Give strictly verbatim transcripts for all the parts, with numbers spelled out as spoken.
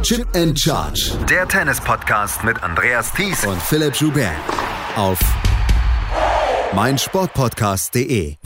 Chip and Charge. Der Tennis-Podcast mit Andreas Thies und Philipp Joubert. Auf meinsportpodcast punkt de.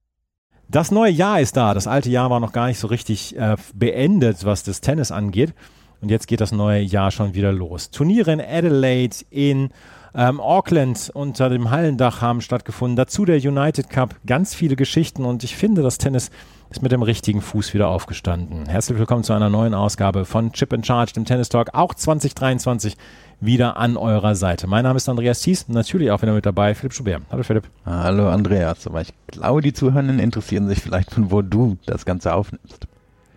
Das neue Jahr ist da. Das alte Jahr war noch gar nicht so richtig äh, beendet, was das Tennis angeht. Und jetzt geht das neue Jahr schon wieder los. Turniere in Adelaide, in ähm, Auckland unter dem Hallendach haben stattgefunden. Dazu der United Cup. Ganz viele Geschichten. Und ich finde, das Tennis ist mit dem richtigen Fuß wieder aufgestanden. Herzlich willkommen zu einer neuen Ausgabe von Chip and Charge, dem Tennis Talk. Auch zwanzig dreiundzwanzig wieder an eurer Seite. Mein Name ist Andreas Thies. Natürlich auch wieder mit dabei Philipp Joubert. Hallo Philipp. Hallo Andreas. Aber ich glaube, die Zuhörenden interessieren sich vielleicht, von wo du das Ganze aufnimmst.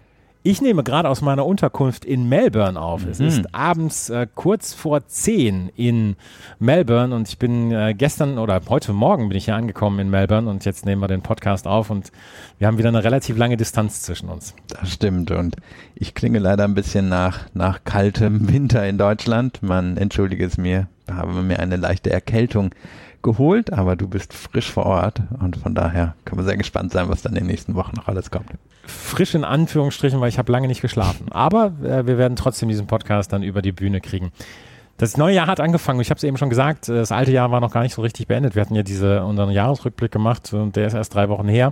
Ich nehme gerade aus meiner Unterkunft in Melbourne auf. Mhm. Es ist abends äh, kurz vor zehn in Melbourne und ich bin äh, gestern oder heute Morgen bin ich hier angekommen in Melbourne und jetzt nehmen wir den Podcast auf und wir haben wieder eine relativ lange Distanz zwischen uns. Das stimmt und ich klinge leider ein bisschen nach, nach kaltem Winter in Deutschland. Man entschuldige es mir, habe mir eine leichte Erkältung geholt, aber du bist frisch vor Ort und von daher können wir sehr gespannt sein, was dann in den nächsten Wochen noch alles kommt. Frisch in Anführungsstrichen, weil ich habe lange nicht geschlafen. Aber äh, wir werden trotzdem diesen Podcast dann über die Bühne kriegen. Das neue Jahr hat angefangen. Ich habe es eben schon gesagt, das alte Jahr war noch gar nicht so richtig beendet. Wir hatten ja diese, unseren Jahresrückblick gemacht und der ist erst drei Wochen her.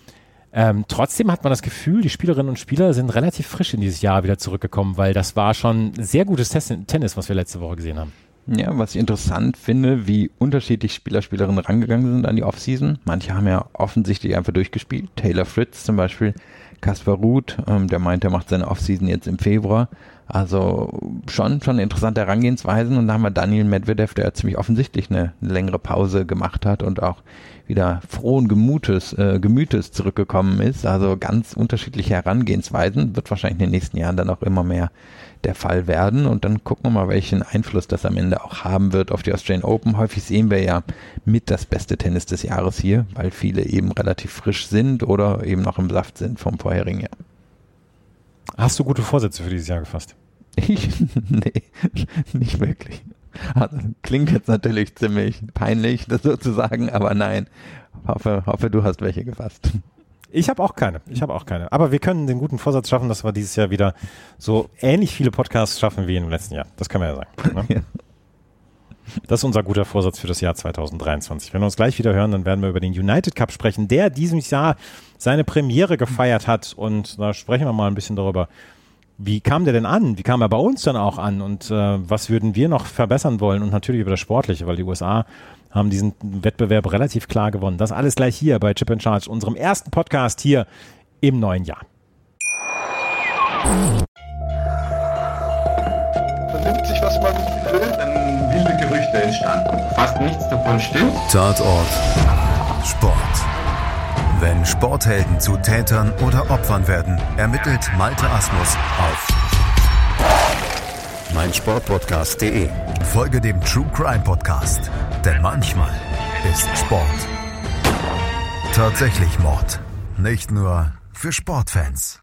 Ähm, trotzdem hat man das Gefühl, die Spielerinnen und Spieler sind relativ frisch in dieses Jahr wieder zurückgekommen, weil das war schon sehr gutes Tennis, was wir letzte Woche gesehen haben. Ja, was ich interessant finde, wie unterschiedlich Spieler, Spielerinnen rangegangen sind an die Offseason. Manche haben ja offensichtlich einfach durchgespielt. Taylor Fritz zum Beispiel, Kaspar Ruud, ähm, der meint, er macht seine Offseason jetzt im Februar. Also schon, schon interessante Herangehensweisen. Und dann haben wir Daniil Medvedev, der ziemlich offensichtlich eine, eine längere Pause gemacht hat und auch wieder frohen Gemütes, äh, Gemütes zurückgekommen ist. Also ganz unterschiedliche Herangehensweisen. Wird wahrscheinlich in den nächsten Jahren dann auch immer mehr der Fall werden und dann gucken wir mal, welchen Einfluss das am Ende auch haben wird auf die Australian Open. Häufig sehen wir ja mit das beste Tennis des Jahres hier, weil viele eben relativ frisch sind oder eben noch im Saft sind vom vorherigen Jahr. Hast du gute Vorsätze für dieses Jahr gefasst? Ich? Nee, nicht wirklich. Also, klingt jetzt natürlich ziemlich peinlich, das so zu sagen, aber nein, hoffe, hoffe du hast welche gefasst. Ich habe auch keine. Ich habe auch keine. Aber wir können den guten Vorsatz schaffen, dass wir dieses Jahr wieder so ähnlich viele Podcasts schaffen wie im letzten Jahr. Das können wir ja sagen. Ne? Ja. Das ist unser guter Vorsatz für das Jahr zwanzig dreiundzwanzig. Wenn wir uns gleich wieder hören, dann werden wir über den United Cup sprechen, der dieses Jahr seine Premiere gefeiert hat. Und da sprechen wir mal ein bisschen darüber, wie kam der denn an? Wie kam er bei uns dann auch an? Und äh, was würden wir noch verbessern wollen? Und natürlich über das Sportliche, weil die U S A haben diesen Wettbewerb relativ klar gewonnen. Das alles gleich hier bei Chip and Charge, unserem ersten Podcast hier im neuen Jahr. Vernimmt sich, was man will, dann wilde Gerüchte entstanden. Fast nichts davon stimmt. Tatort Sport. Wenn Sporthelden zu Tätern oder Opfern werden, ermittelt Malte Asmus auf meinsportpodcast punkt de. Folge dem True Crime Podcast, denn manchmal ist Sport tatsächlich Mord. Nicht nur für Sportfans.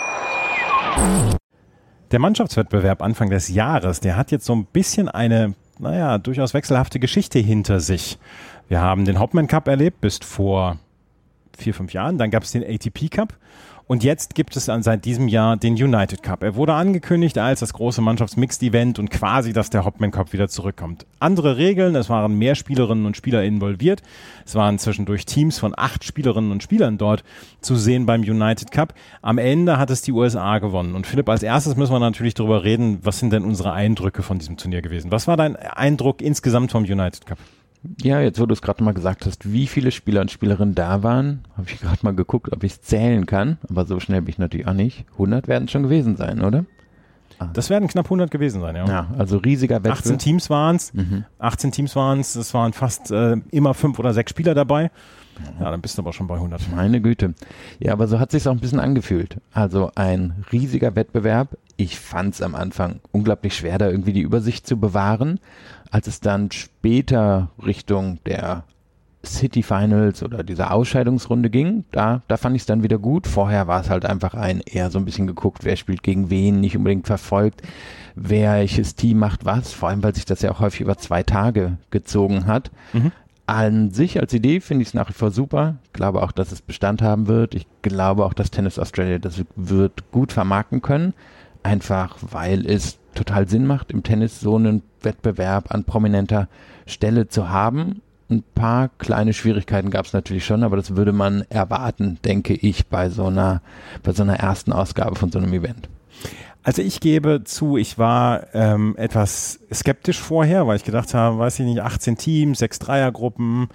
Der Mannschaftswettbewerb Anfang des Jahres, der hat jetzt so ein bisschen eine, naja, durchaus wechselhafte Geschichte hinter sich. Wir haben den Hopman Cup erlebt bis vor vier, fünf Jahren. Dann gab es den A T P Cup und jetzt gibt es seit diesem Jahr den United Cup. Er wurde angekündigt als das große Mannschafts-Mixed-Event und quasi, dass der Hopman Cup wieder zurückkommt. Andere Regeln, es waren mehr Spielerinnen und Spieler involviert. Es waren zwischendurch Teams von acht Spielerinnen und Spielern dort zu sehen beim United Cup. Am Ende hat es die U S A gewonnen. Und Philipp, als erstes müssen wir natürlich darüber reden, was sind denn unsere Eindrücke von diesem Turnier gewesen? Was war dein Eindruck insgesamt vom United Cup? Ja, jetzt wo du es gerade mal gesagt hast, wie viele Spieler und Spielerinnen da waren, habe ich gerade mal geguckt, ob ich es zählen kann, aber so schnell bin ich natürlich auch nicht. hundert werden es schon gewesen sein, oder? Ah. Das werden knapp hundert gewesen sein, ja. Ja, also riesiger Wettbewerb. achtzehn Teams waren es, mhm. achtzehn Teams waren es, es waren fast äh, immer fünf oder sechs Spieler dabei. Ja, dann bist du aber schon bei hundert. Meine Güte. Ja, aber so hat es sich auch ein bisschen angefühlt. Also ein riesiger Wettbewerb. Ich fand es am Anfang unglaublich schwer, da irgendwie die Übersicht zu bewahren. Als es dann später Richtung der City Finals oder dieser Ausscheidungsrunde ging, da, da fand ich es dann wieder gut. Vorher war es halt einfach ein eher so ein bisschen geguckt, wer spielt gegen wen, nicht unbedingt verfolgt, welches Team macht was, vor allem weil sich das ja auch häufig über zwei Tage gezogen hat. Mhm. An sich als Idee finde ich es nach wie vor super. Ich glaube auch, dass es Bestand haben wird. Ich glaube auch, dass Tennis Australia das wird gut vermarkten können. einfach weil es total Sinn macht, im Tennis so einen Wettbewerb an prominenter Stelle zu haben. Ein paar kleine Schwierigkeiten gab es natürlich schon, aber das würde man erwarten, denke ich, bei so einer, bei so einer ersten Ausgabe von so einem Event. Also ich gebe zu, ich war ähm, etwas skeptisch vorher, weil ich gedacht habe, weiß ich nicht, achtzehn Teams, sechs Dreiergruppen,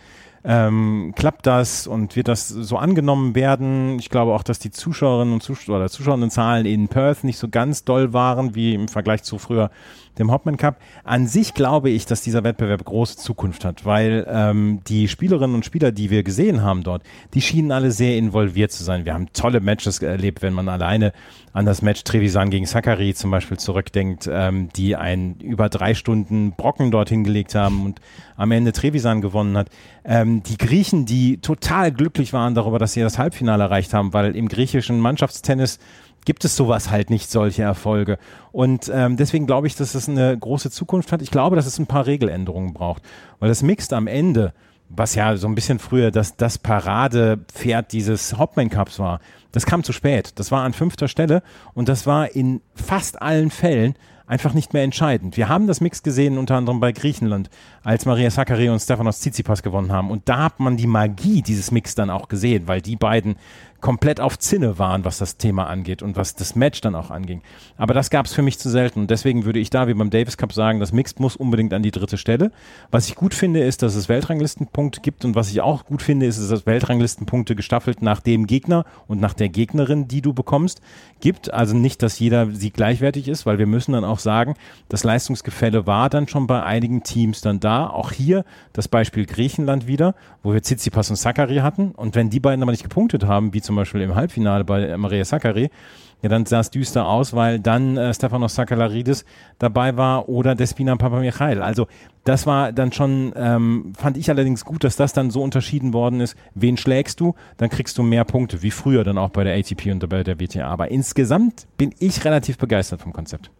ähm, klappt das und wird das so angenommen werden? Ich glaube auch, dass die Zuschauerinnen und Zuschauer oder Zuschauerinnenzahlen in Perth nicht so ganz doll waren, wie im Vergleich zu früher dem Hopman Cup. An sich glaube ich, dass dieser Wettbewerb große Zukunft hat, weil ähm, die Spielerinnen und Spieler, die wir gesehen haben dort, die schienen alle sehr involviert zu sein. Wir haben tolle Matches erlebt, wenn man alleine an das Match Trevisan gegen Sakkari zum Beispiel zurückdenkt, ähm, die einen über drei Stunden Brocken dort hingelegt haben und am Ende Trevisan gewonnen hat. Ähm, die Griechen, die total glücklich waren darüber, dass sie das Halbfinale erreicht haben, weil im griechischen Mannschaftstennis gibt es sowas halt nicht, solche Erfolge. Und ähm, deswegen glaube ich, dass es eine große Zukunft hat. Ich glaube, dass es ein paar Regeländerungen braucht. Weil das Mixed am Ende, was ja so ein bisschen früher das, das Paradepferd dieses Hopman Cups war, das kam zu spät. Das war an fünfter Stelle und das war in fast allen Fällen einfach nicht mehr entscheidend. Wir haben das Mix gesehen, unter anderem bei Griechenland, als Maria Sakkari und Stefanos Tsitsipas gewonnen haben. Und da hat man die Magie dieses Mix dann auch gesehen, weil die beiden komplett auf Zinne waren, was das Thema angeht und was das Match dann auch anging. Aber das gab es für mich zu selten und deswegen würde ich da wie beim Davis Cup sagen, das Mixed muss unbedingt an die dritte Stelle. Was ich gut finde, ist, dass es Weltranglistenpunkte gibt und was ich auch gut finde, ist, dass es Weltranglistenpunkte gestaffelt nach dem Gegner und nach der Gegnerin, die du bekommst, gibt. Also nicht, dass jeder Sieg gleichwertig ist, weil wir müssen dann auch sagen, das Leistungsgefälle war dann schon bei einigen Teams dann da. Auch hier das Beispiel Griechenland wieder, wo wir Tsitsipas und Sakkari hatten und wenn die beiden aber nicht gepunktet haben, wie zum Beispiel im Halbfinale bei Maria Sakkari, ja, dann sah es düster aus, weil dann äh, Stefanos Sakkalaridis dabei war oder Despina Papamichail. Also das war dann schon, ähm, fand ich allerdings gut, dass das dann so unterschieden worden ist. Wen schlägst du, dann kriegst du mehr Punkte, wie früher dann auch bei der A T P und bei der W T A. Aber insgesamt bin ich relativ begeistert vom Konzept.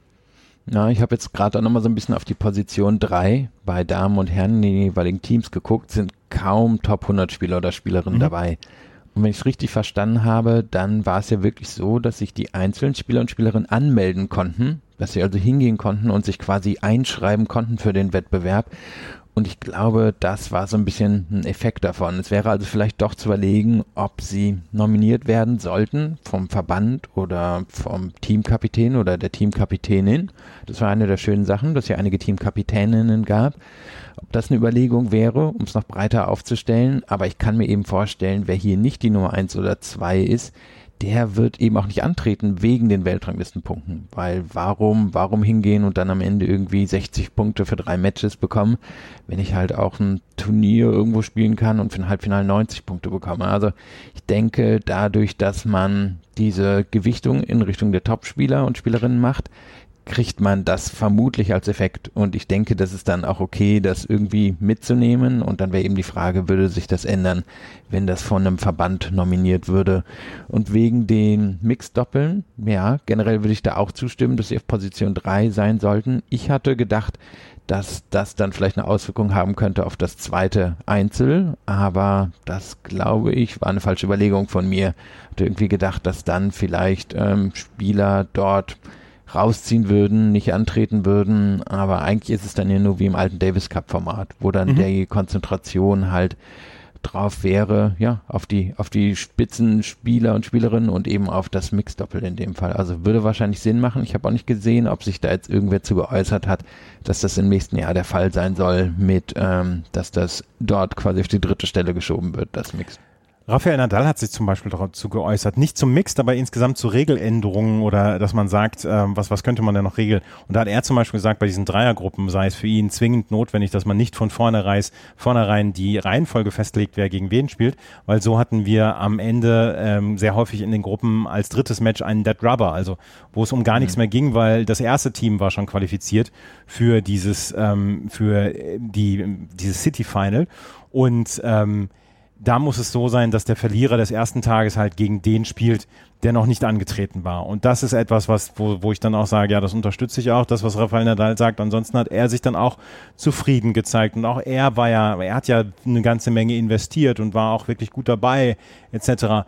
Na, ich habe jetzt gerade auch nochmal so ein bisschen auf die Position drei bei Damen und Herren in den jeweiligen Teams geguckt, sind kaum Top hundert Spieler oder Spielerinnen mhm. dabei. Und wenn ich es richtig verstanden habe, dann war es ja wirklich so, dass sich die einzelnen Spieler und Spielerinnen anmelden konnten, dass sie also hingehen konnten und sich quasi einschreiben konnten für den Wettbewerb. Und ich glaube, das war so ein bisschen ein Effekt davon. Es wäre also vielleicht doch zu überlegen, ob sie nominiert werden sollten vom Verband oder vom Teamkapitän oder der Teamkapitänin. Das war eine der schönen Sachen, dass es ja einige Teamkapitäninnen gab. Ob das eine Überlegung wäre, um es noch breiter aufzustellen. Aber ich kann mir eben vorstellen, wer hier nicht die Nummer eins oder zwei ist, der wird eben auch nicht antreten wegen den Weltranglistenpunkten, weil warum, warum hingehen und dann am Ende irgendwie sechzig Punkte für drei Matches bekommen, wenn ich halt auch ein Turnier irgendwo spielen kann und für ein Halbfinale neunzig Punkte bekomme. Also ich denke, dadurch, dass man diese Gewichtung in Richtung der Top-Spieler und Spielerinnen macht, kriegt man das vermutlich als Effekt und ich denke, das ist dann auch okay, das irgendwie mitzunehmen und dann wäre eben die Frage, würde sich das ändern, wenn das von einem Verband nominiert würde und wegen den Mixed-Doppeln, ja, generell würde ich da auch zustimmen, dass sie auf Position drei sein sollten. Ich hatte gedacht, dass das dann vielleicht eine Auswirkung haben könnte auf das zweite Einzel, aber das, glaube ich, war eine falsche Überlegung von mir. Ich hatte irgendwie gedacht, dass dann vielleicht ähm, Spieler dort rausziehen würden, nicht antreten würden, aber eigentlich ist es dann ja nur wie im alten Davis Cup Format, wo dann mhm. die Konzentration halt drauf wäre, ja, auf die, auf die Spitzenspieler und Spielerinnen und eben auf das Mixdoppel in dem Fall. Also würde wahrscheinlich Sinn machen. Ich habe auch nicht gesehen, ob sich da jetzt irgendwer zu geäußert hat, dass das im nächsten Jahr der Fall sein soll mit, ähm, dass das dort quasi auf die dritte Stelle geschoben wird, das Mix. Rafael Nadal hat sich zum Beispiel dazu geäußert, nicht zum Mixed, aber insgesamt zu Regeländerungen oder dass man sagt, ähm, was, was könnte man denn noch regeln? Und da hat er zum Beispiel gesagt, bei diesen Dreiergruppen sei es für ihn zwingend notwendig, dass man nicht von vornherein, vornherein die Reihenfolge festlegt, wer gegen wen spielt, weil so hatten wir am Ende ähm, sehr häufig in den Gruppen als drittes Match einen Dead Rubber, also wo es um gar mhm. nichts mehr ging, weil das erste Team war schon qualifiziert für dieses, ähm, für die, dieses City Final und ähm, da muss es so sein, dass der Verlierer des ersten Tages halt gegen den spielt, der noch nicht angetreten war. Und das ist etwas, was, wo, wo ich dann auch sage, ja, das unterstütze ich auch, das, was Rafael Nadal sagt. Ansonsten hat er sich dann auch zufrieden gezeigt. Und auch er war ja, er hat ja eine ganze Menge investiert und war auch wirklich gut dabei, et cetera.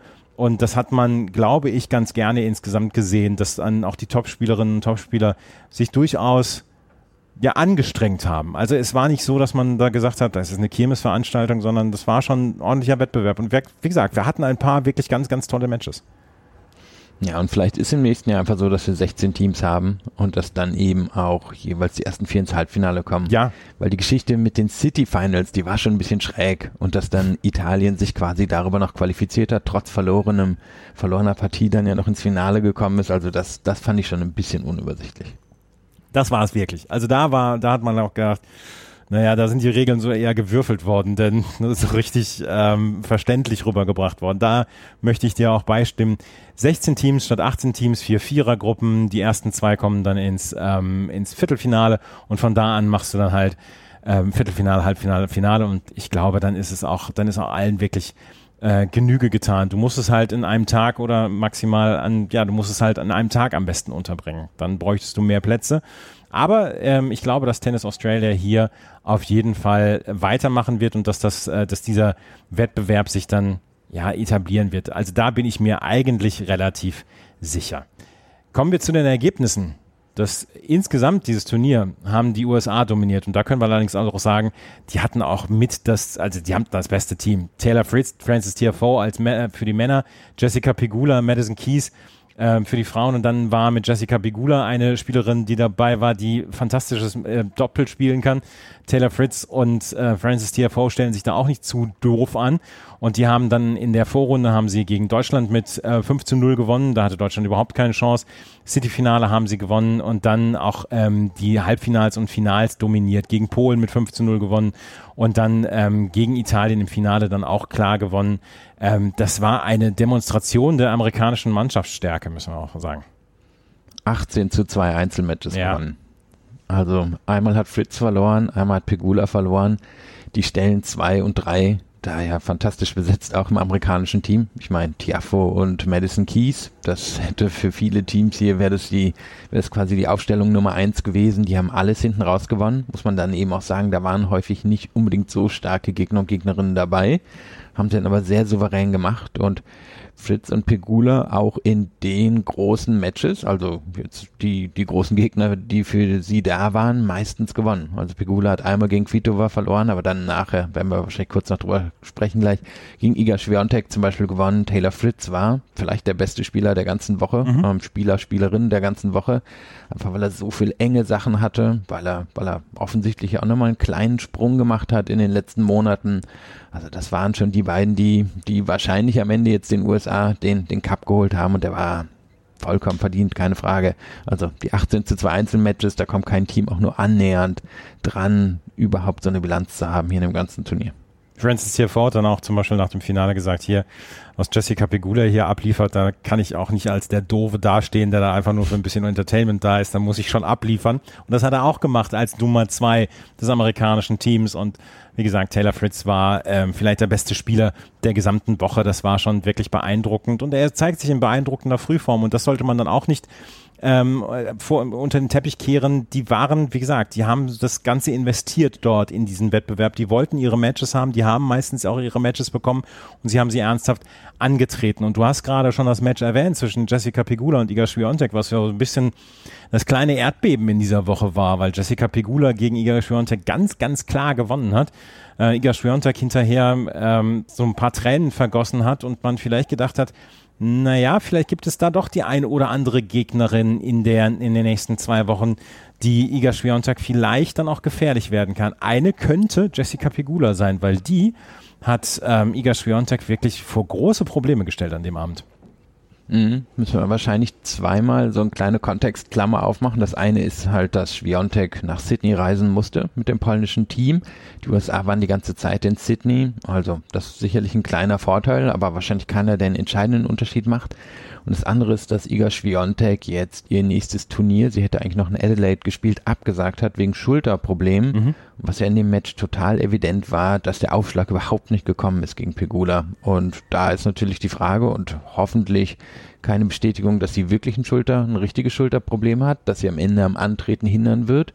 Und das hat man, glaube ich, ganz gerne insgesamt gesehen, dass dann auch die Topspielerinnen und Topspieler sich durchaus ja angestrengt haben. Also es war nicht so, dass man da gesagt hat, das ist eine Kirmesveranstaltung, sondern das war schon ein ordentlicher Wettbewerb. Und wir, wie gesagt, wir hatten ein paar wirklich ganz, ganz tolle Matches. Ja, und vielleicht ist im nächsten Jahr einfach so, dass wir sechzehn Teams haben und dass dann eben auch jeweils die ersten vier ins Halbfinale kommen. Ja. Weil die Geschichte mit den City Finals, die war schon ein bisschen schräg und dass dann Italien sich quasi darüber noch qualifiziert hat, trotz verlorenem, verlorener Partie dann ja noch ins Finale gekommen ist. Also das, das fand ich schon ein bisschen unübersichtlich. Das war es wirklich. Also da war, da hat man auch gedacht, naja, da sind die Regeln so eher gewürfelt worden, denn das ist so richtig ähm, verständlich rübergebracht worden. Da möchte ich dir auch beistimmen. sechzehn Teams statt achtzehn Teams, vier Vierergruppen. Die ersten zwei kommen dann ins, ähm, ins Viertelfinale und von da an machst du dann halt ähm, Viertelfinale, Halbfinale, Finale und ich glaube, dann ist es auch, dann ist auch allen wirklich äh, Genüge getan. Du musst es halt in einem Tag oder maximal an, ja, du musst es halt an einem Tag am besten unterbringen. Dann bräuchtest du mehr Plätze. Aber ähm, ich glaube, dass Tennis Australia hier auf jeden Fall weitermachen wird und dass das, äh, dass dieser Wettbewerb sich dann ja etablieren wird. Also da bin ich mir eigentlich relativ sicher. Kommen wir zu den Ergebnissen. Das insgesamt dieses Turnier haben die U S A dominiert und da können wir allerdings auch sagen, die hatten auch mit das, also die haben das beste Team. Taylor Fritz, Frances Tiafoe als für die Männer, Jessica Pegula, Madison Keys für die Frauen und dann war mit Jessica Pegula eine Spielerin, die dabei war, die fantastisches äh, Doppel spielen kann. Taylor Fritz und äh, Frances Tiafoe stellen sich da auch nicht zu doof an und die haben dann in der Vorrunde haben sie gegen Deutschland mit äh, fünf zu null gewonnen, da hatte Deutschland überhaupt keine Chance. City-Finale haben sie gewonnen und dann auch ähm, die Halbfinals und Finals dominiert, gegen Polen mit fünf zu null gewonnen und dann ähm, gegen Italien im Finale dann auch klar gewonnen. Ähm, das war eine Demonstration der amerikanischen Mannschaftsstärke, müssen wir auch sagen. achtzehn zu zwei Einzelmatches ja. gewonnen. Also einmal hat Fritz verloren, einmal hat Pegula verloren. Die Stellen zwei und drei, da ja fantastisch besetzt auch im amerikanischen Team. Ich meine, Tiafoe und Madison Keys, das hätte für viele Teams hier, wäre das die, wäre das quasi die Aufstellung Nummer eins gewesen. Die haben alles hinten raus gewonnen. Muss man dann eben auch sagen, da waren häufig nicht unbedingt so starke Gegner und Gegnerinnen dabei. Haben sie dann aber sehr souverän gemacht und Fritz und Pegula auch in den großen Matches, also jetzt die, die großen Gegner, die für sie da waren, meistens gewonnen. Also Pegula hat einmal gegen Kvitova verloren, aber dann nachher, werden wir wahrscheinlich kurz noch drüber sprechen gleich, gegen Iga Swiatek zum Beispiel gewonnen. Taylor Fritz war vielleicht der beste Spieler der ganzen Woche, mhm. ähm, Spieler, Spielerin der ganzen Woche, einfach weil er so viel enge Sachen hatte, weil er, weil er offensichtlich auch nochmal einen kleinen Sprung gemacht hat in den letzten Monaten. Also das waren schon die beiden, die, die wahrscheinlich am Ende jetzt den U S A den, den Cup geholt haben und der war vollkommen verdient, keine Frage. Also die achtzehn zu zwei Einzelmatches, da kommt kein Team auch nur annähernd dran, überhaupt so eine Bilanz zu haben hier in dem ganzen Turnier. Frances Tiafoe hat dann auch zum Beispiel nach dem Finale gesagt, hier, was Jessica Pegula hier abliefert, da kann ich auch nicht als der Doofe dastehen, der da einfach nur für ein bisschen Entertainment da ist, da muss ich schon abliefern. Und das hat er auch gemacht als Nummer zwei des amerikanischen Teams und wie gesagt, Taylor Fritz war ähm, vielleicht der beste Spieler der gesamten Woche, das war schon wirklich beeindruckend und er zeigt sich in beeindruckender Frühform und das sollte man dann auch nicht Ähm, vor, unter den Teppich kehren, die waren, wie gesagt, die haben das Ganze investiert dort in diesen Wettbewerb, die wollten ihre Matches haben, die haben meistens auch ihre Matches bekommen und sie haben sie ernsthaft angetreten und du hast gerade schon das Match erwähnt zwischen Jessica Pegula und Iga Swiatek, was ja so ein bisschen das kleine Erdbeben in dieser Woche war, weil Jessica Pegula gegen Iga Swiatek ganz, ganz klar gewonnen hat. Äh, Iga Swiatek hinterher ähm, so ein paar Tränen vergossen hat und man vielleicht gedacht hat, naja, vielleicht gibt es da doch die eine oder andere Gegnerin in, der, in den nächsten zwei Wochen, die Iga Swiatek vielleicht dann auch gefährlich werden kann. Eine könnte Jessica Pegula sein, weil die hat ähm, Iga Swiatek wirklich vor große Probleme gestellt an dem Abend. Mhm. Müssen wir wahrscheinlich zweimal so eine kleine Kontextklammer aufmachen. Das eine ist halt, dass Swiatek nach Sydney reisen musste mit dem polnischen Team. Die U S A waren die ganze Zeit in Sydney, also das ist sicherlich ein kleiner Vorteil, aber wahrscheinlich keiner, der einen entscheidenden Unterschied macht. Und das andere ist, dass Iga Swiatek jetzt ihr nächstes Turnier, sie hätte eigentlich noch in Adelaide gespielt, abgesagt hat wegen Schulterproblemen. Mhm. Was ja in dem Match total evident war, dass der Aufschlag überhaupt nicht gekommen ist gegen Pegula. Und da ist natürlich die Frage und hoffentlich keine Bestätigung, dass sie wirklich ein Schulter, ein richtiges Schulterproblem hat, das sie am Ende am Antreten hindern wird.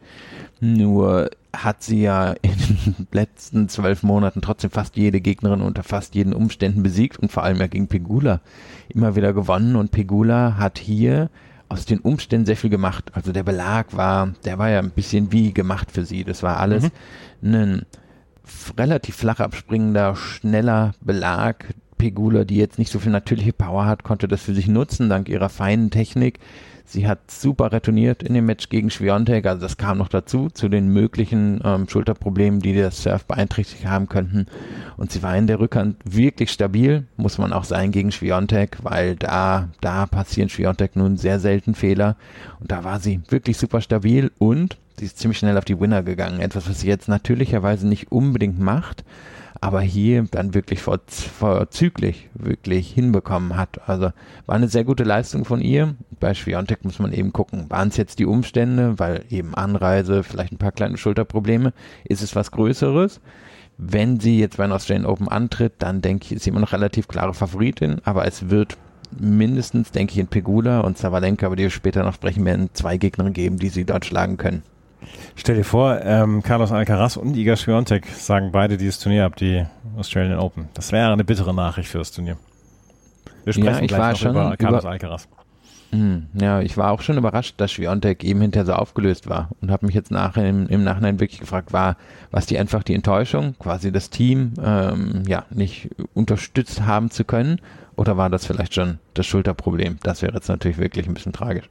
Nur hat sie ja in den letzten zwölf Monaten trotzdem fast jede Gegnerin unter fast jeden Umständen besiegt und vor allem ja gegen Pegula immer wieder gewonnen. Und Pegula hat hier aus den Umständen sehr viel gemacht. Also der Belag war, der war ja ein bisschen wie gemacht für sie. Das war alles mhm. ein relativ flach abspringender, schneller Belag. Pegula, die jetzt nicht so viel natürliche Power hat, konnte das für sich nutzen, dank ihrer feinen Technik. Sie hat super retourniert in dem Match gegen Swiatek, also das kam noch dazu, zu den möglichen ähm, Schulterproblemen, die das Surf beeinträchtigt haben könnten. Und sie war in der Rückhand wirklich stabil, muss man auch sein, gegen Swiatek, weil da, da passieren Swiatek nun sehr selten Fehler. Und da war sie wirklich super stabil und sie ist ziemlich schnell auf die Winner gegangen. Etwas, was sie jetzt natürlicherweise nicht unbedingt macht, aber hier dann wirklich vor, vorzüglich wirklich hinbekommen hat. Also war eine sehr gute Leistung von ihr. Bei Swiatek muss man eben gucken, waren es jetzt die Umstände, weil eben Anreise, vielleicht ein paar kleine Schulterprobleme, ist es was Größeres. Wenn sie jetzt bei den Australian Open antritt, dann denke ich, ist sie immer noch relativ klare Favoritin, aber es wird mindestens, denke ich, in Pegula und Sabalenka, über die wir später noch sprechen werden, zwei Gegner geben, die sie dort schlagen können. Stell dir vor, ähm, Carlos Alcaraz und Iga Swiatek sagen beide dieses Turnier ab, die Australian Open. Das wäre eine bittere Nachricht für das Turnier. Wir sprechen ja, ich gleich war noch schon über Carlos über, Alcaraz. Mh, ja, ich war auch schon überrascht, dass Swiatek eben hinterher so aufgelöst war und habe mich jetzt nach, im, im Nachhinein wirklich gefragt, war was die einfach die Enttäuschung, quasi das Team ähm, ja nicht unterstützt haben zu können, oder war das vielleicht schon das Schulterproblem? Das wäre jetzt natürlich wirklich ein bisschen tragisch.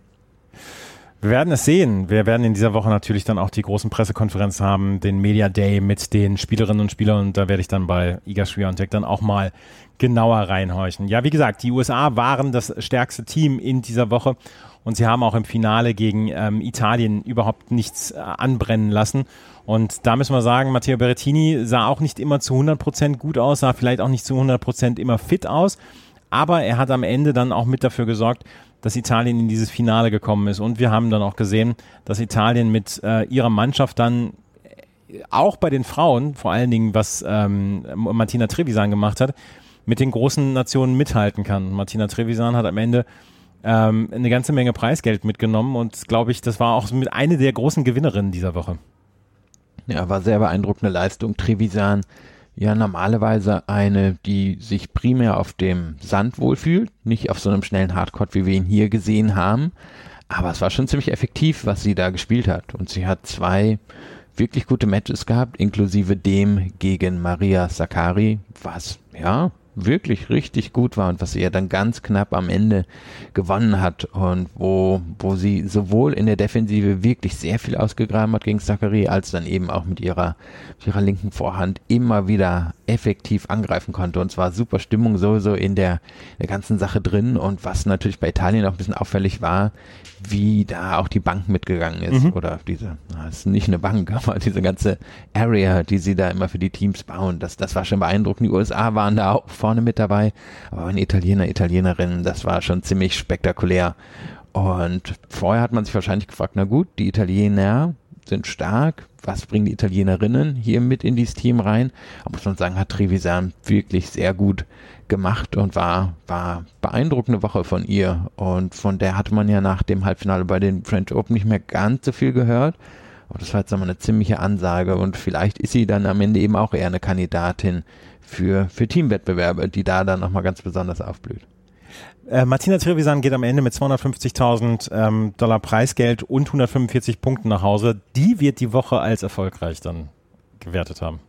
Wir werden es sehen. Wir werden in dieser Woche natürlich dann auch die großen Pressekonferenzen haben, den Media Day mit den Spielerinnen und Spielern, und da werde ich dann bei Iga Swiatek dann auch mal genauer reinhorchen. Ja, wie gesagt, die U S A waren das stärkste Team in dieser Woche und sie haben auch im Finale gegen ähm, Italien überhaupt nichts äh, anbrennen lassen. Und da müssen wir sagen, Matteo Berrettini sah auch nicht immer zu hundert Prozent gut aus, sah vielleicht auch nicht zu hundert Prozent immer fit aus, aber er hat am Ende dann auch mit dafür gesorgt, dass Italien in dieses Finale gekommen ist. Und wir haben dann auch gesehen, dass Italien mit äh, ihrer Mannschaft dann auch bei den Frauen, vor allen Dingen was ähm, Martina Trevisan gemacht hat, mit den großen Nationen mithalten kann. Martina Trevisan hat am Ende ähm, eine ganze Menge Preisgeld mitgenommen und glaube ich, das war auch mit eine der großen Gewinnerinnen dieser Woche. Ja, war sehr beeindruckende Leistung. Trevisan, ja, normalerweise eine, die sich primär auf dem Sand wohlfühlt, nicht auf so einem schnellen Hardcourt, wie wir ihn hier gesehen haben. Aber es war schon ziemlich effektiv, was sie da gespielt hat. Und sie hat zwei wirklich gute Matches gehabt, inklusive dem gegen Maria Sakkari, was, ja, wirklich richtig gut war und was sie ja dann ganz knapp am Ende gewonnen hat und wo, wo sie sowohl in der Defensive wirklich sehr viel ausgegraben hat gegen Sakkari, als dann eben auch mit ihrer, mit ihrer linken Vorhand immer wieder effektiv angreifen konnte. Und zwar super Stimmung sowieso in der, in der ganzen Sache drin. Und was natürlich bei Italien auch ein bisschen auffällig war, wie da auch die Bank mitgegangen ist. Mhm. Oder diese, das ist nicht eine Bank, aber diese ganze Area, die sie da immer für die Teams bauen, das, das war schon beeindruckend. Die U S A waren da auch vorne mit dabei, aber ein Italiener, Italienerinnen, das war schon ziemlich spektakulär. Und vorher hat man sich wahrscheinlich gefragt, na gut, die Italiener sind stark, was bringen die Italienerinnen hier mit in dieses Team rein? Aber muss man sagen, hat Trevisan wirklich sehr gut gemacht und war, war beeindruckende Woche von ihr. Und von der hatte man ja nach dem Halbfinale bei den French Open nicht mehr ganz so viel gehört. Aber das war jetzt nochmal eine ziemliche Ansage und vielleicht ist sie dann am Ende eben auch eher eine Kandidatin für, für Teamwettbewerbe, die da dann nochmal ganz besonders aufblüht. Äh, Martina Trevisan geht am Ende mit zweihundertfünfzigtausend ähm, Dollar Preisgeld und hundertfünfundvierzig Punkten nach Hause. Die wird die Woche als erfolgreich dann gewertet haben.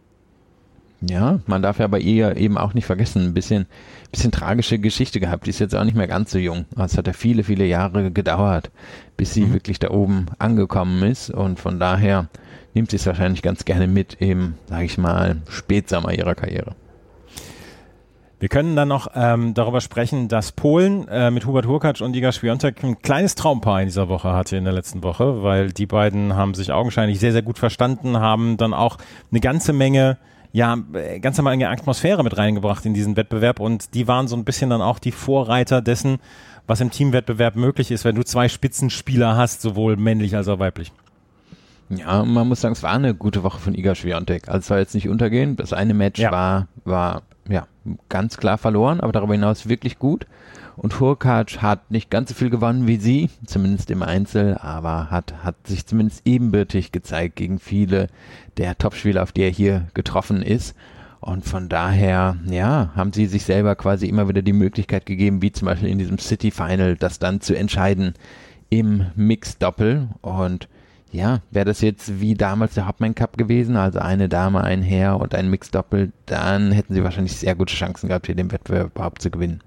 Ja, man darf ja bei ihr eben auch nicht vergessen, ein bisschen, bisschen tragische Geschichte gehabt. Die ist jetzt auch nicht mehr ganz so jung. Es hat ja viele, viele Jahre gedauert, bis sie mhm. wirklich da oben angekommen ist. Und von daher nimmt sie es wahrscheinlich ganz gerne mit im, sage ich mal, Spätsommer ihrer Karriere. Wir können dann noch ähm, darüber sprechen, dass Polen äh, mit Hubert Hurkacz und Iga Swiatek ein kleines Traumpaar in dieser Woche hatte, in der letzten Woche, weil die beiden haben sich augenscheinlich sehr, sehr gut verstanden, haben dann auch eine ganze Menge, ja, ganze Menge Atmosphäre mit reingebracht in diesen Wettbewerb und die waren so ein bisschen dann auch die Vorreiter dessen, was im Teamwettbewerb möglich ist, wenn du zwei Spitzenspieler hast, sowohl männlich als auch weiblich. Ja, man muss sagen, es war eine gute Woche von Iga Swiatek. Also es soll jetzt nicht untergehen. Das eine Match ja. war, war ja ganz klar verloren, aber darüber hinaus wirklich gut. Und Hurkacz hat nicht ganz so viel gewonnen wie sie, zumindest im Einzel, aber hat, hat sich zumindest ebenbürtig gezeigt gegen viele der Topspieler, auf die er hier getroffen ist. Und von daher, ja, haben sie sich selber quasi immer wieder die Möglichkeit gegeben, wie zum Beispiel in diesem City Final, das dann zu entscheiden im Mixed-Doppel. Und ja, wäre das jetzt wie damals der Hopman Cup gewesen, also eine Dame, ein Herr und ein Mixed-Doppel, dann hätten sie wahrscheinlich sehr gute Chancen gehabt, hier den Wettbewerb überhaupt zu gewinnen.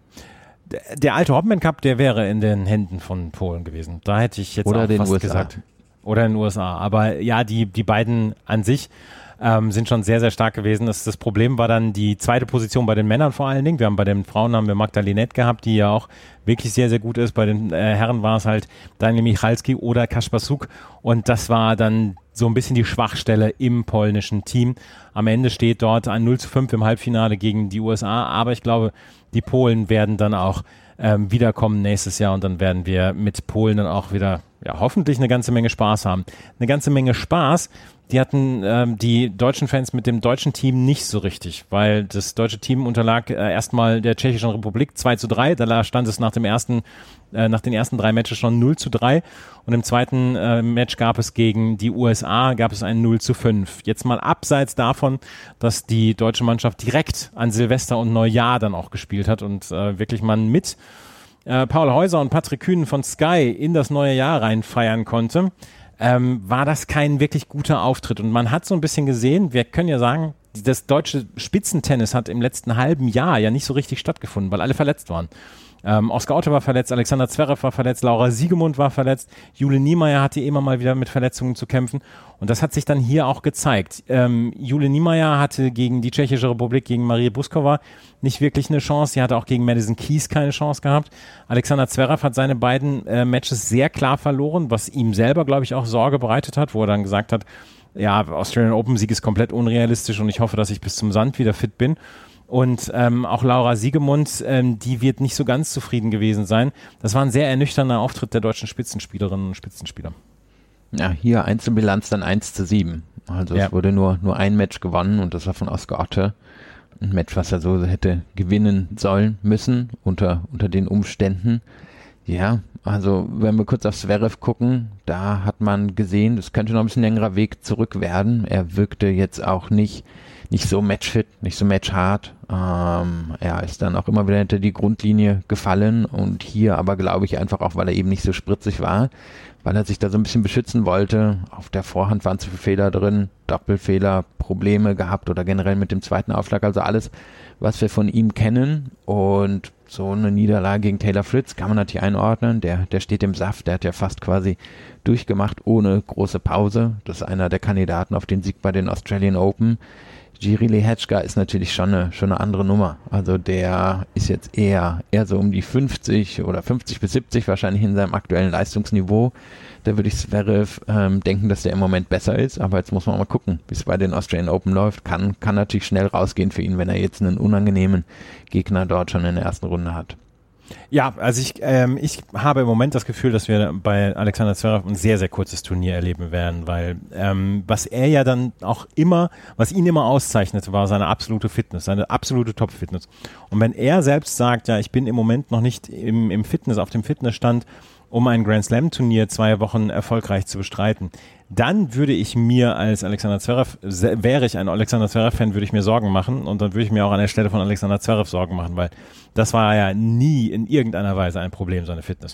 Der, der alte Hopman Cup, der wäre in den Händen von Polen gewesen. Da hätte ich jetzt Oder auch den fast U S A. gesagt. Oder in den U S A. Aber ja, die, die beiden an sich ähm, sind schon sehr, sehr stark gewesen. Das, das Problem war dann die zweite Position bei den Männern vor allen Dingen. Wir haben bei den Frauen haben wir Magda Linette gehabt, die ja auch wirklich sehr, sehr gut ist. Bei den äh, Herren war es halt Daniel Michalski oder Kasper Suk. Und das war dann so ein bisschen die Schwachstelle im polnischen Team. Am Ende steht dort ein null zu fünf im Halbfinale gegen die U S A. Aber ich glaube, die Polen werden dann auch ähm, wiederkommen nächstes Jahr. Und dann werden wir mit Polen dann auch wieder, ja, hoffentlich eine ganze Menge Spaß haben. Eine ganze Menge Spaß. Die hatten ähm, die deutschen Fans mit dem deutschen Team nicht so richtig, weil das deutsche Team unterlag äh, erstmal der Tschechischen Republik zwei zu drei. Da stand es nach dem ersten, äh, nach den ersten drei Matches schon null zu drei. Und im zweiten äh, Match gab es gegen die U S A, gab es ein null zu fünf. Jetzt mal abseits davon, dass die deutsche Mannschaft direkt an Silvester und Neujahr dann auch gespielt hat und äh, wirklich man mit äh, Paul Häuser und Patrick Kühn von Sky in das neue Jahr rein feiern konnte. Ähm, war das kein wirklich guter Auftritt. Und man hat so ein bisschen gesehen, wir können ja sagen, das deutsche Spitzentennis hat im letzten halben Jahr ja nicht so richtig stattgefunden, weil alle verletzt waren. Ähm, Oscar Otte war verletzt, Alexander Zverev war verletzt, Laura Siegemund war verletzt, Jule Niemeyer hatte immer mal wieder mit Verletzungen zu kämpfen. Und das hat sich dann hier auch gezeigt. Ähm, Jule Niemeyer hatte gegen die Tschechische Republik, gegen Marie Buskova nicht wirklich eine Chance. Sie hatte auch gegen Madison Keys keine Chance gehabt. Alexander Zverev hat seine beiden äh, Matches sehr klar verloren, was ihm selber, glaube ich, auch Sorge bereitet hat, wo er dann gesagt hat, ja, Australian Open Sieg ist komplett unrealistisch und ich hoffe, dass ich bis zum Sand wieder fit bin. Und ähm, auch Laura Siegemund, ähm, die wird nicht so ganz zufrieden gewesen sein. Das war ein sehr ernüchternder Auftritt der deutschen Spitzenspielerinnen und Spitzenspieler. Ja, hier Einzelbilanz dann eins zu sieben. Also ja. Es wurde nur, nur ein Match gewonnen und das war von Oscar Otte. Ein Match, was er so hätte gewinnen sollen müssen unter, unter den Umständen. Ja, also wenn wir kurz auf Zverev gucken, da hat man gesehen, das könnte noch ein bisschen längerer Weg zurück werden. Er wirkte jetzt auch nicht nicht so matchfit, nicht so matchhart. Ähm, er ist dann auch immer wieder hinter die Grundlinie gefallen und hier aber glaube ich einfach auch, weil er eben nicht so spritzig war, weil er sich da so ein bisschen beschützen wollte. Auf der Vorhand waren zu viele Fehler drin, Doppelfehler, Probleme gehabt oder generell mit dem zweiten Aufschlag, also alles, was wir von ihm kennen. Und so eine Niederlage gegen Taylor Fritz kann man natürlich einordnen. Der, der steht im Saft, der hat ja fast quasi durchgemacht ohne große Pause. Das ist einer der Kandidaten auf den Sieg bei den Australian Open. Jiří Lehečka ist natürlich schon eine, schon eine andere Nummer. Also der ist jetzt eher, eher so um die fünfzig oder fünfzig bis siebzig wahrscheinlich in seinem aktuellen Leistungsniveau. Da würde ich Zverev ähm, denken, dass der im Moment besser ist. Aber jetzt muss man mal gucken, wie es bei den Australian Open läuft. Kann, kann natürlich schnell rausgehen für ihn, wenn er jetzt einen unangenehmen Gegner dort schon in der ersten Runde hat. Ja, also ich, ähm, ich habe im Moment das Gefühl, dass wir bei Alexander Zverev ein sehr, sehr kurzes Turnier erleben werden, weil ähm, was er ja dann auch immer, was ihn immer auszeichnete, war seine absolute Fitness, seine absolute Top-Fitness. Und wenn er selbst sagt, ja, ich bin im Moment noch nicht im, im Fitness, auf dem Fitnessstand, um ein Grand Slam Turnier zwei Wochen erfolgreich zu bestreiten, dann würde ich mir als Alexander Zverev, wäre ich ein Alexander Zverev-Fan, würde ich mir Sorgen machen und dann würde ich mir auch an der Stelle von Alexander Zverev Sorgen machen, weil das war ja nie in irgendeiner Weise ein Problem, seine Fitness.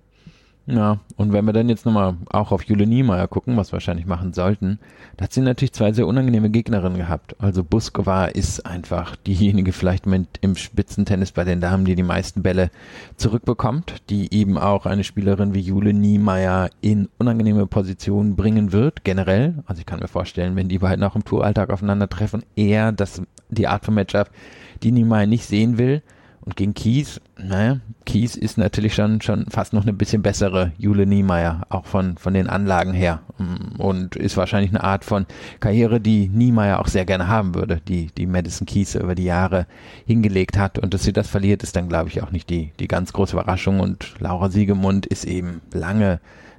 Ja, und wenn wir dann jetzt nochmal auch auf Jule Niemeyer gucken, was wir wahrscheinlich machen sollten, da hat sie natürlich zwei sehr unangenehme Gegnerinnen gehabt. Also Buskova ist einfach diejenige vielleicht mit im Spitzentennis bei den Damen, die die meisten Bälle zurückbekommt, die eben auch eine Spielerin wie Jule Niemeyer in unangenehme Positionen bringen wird, generell. Also ich kann mir vorstellen, wenn die beiden auch im Touralltag aufeinandertreffen, eher das, die Art von Matchup, die Niemeyer nicht sehen will. Und gegen Keys, naja, Keys ist natürlich schon schon fast noch eine bisschen bessere Jule Niemeyer, auch von von den Anlagen her. Und ist wahrscheinlich eine Art von Karriere, die Niemeyer auch sehr gerne haben würde, die die Madison Keys über die Jahre hingelegt hat. Und dass sie das verliert, ist dann, glaube ich, auch nicht die die ganz große Überraschung. Und Laura Siegemund ist eben lange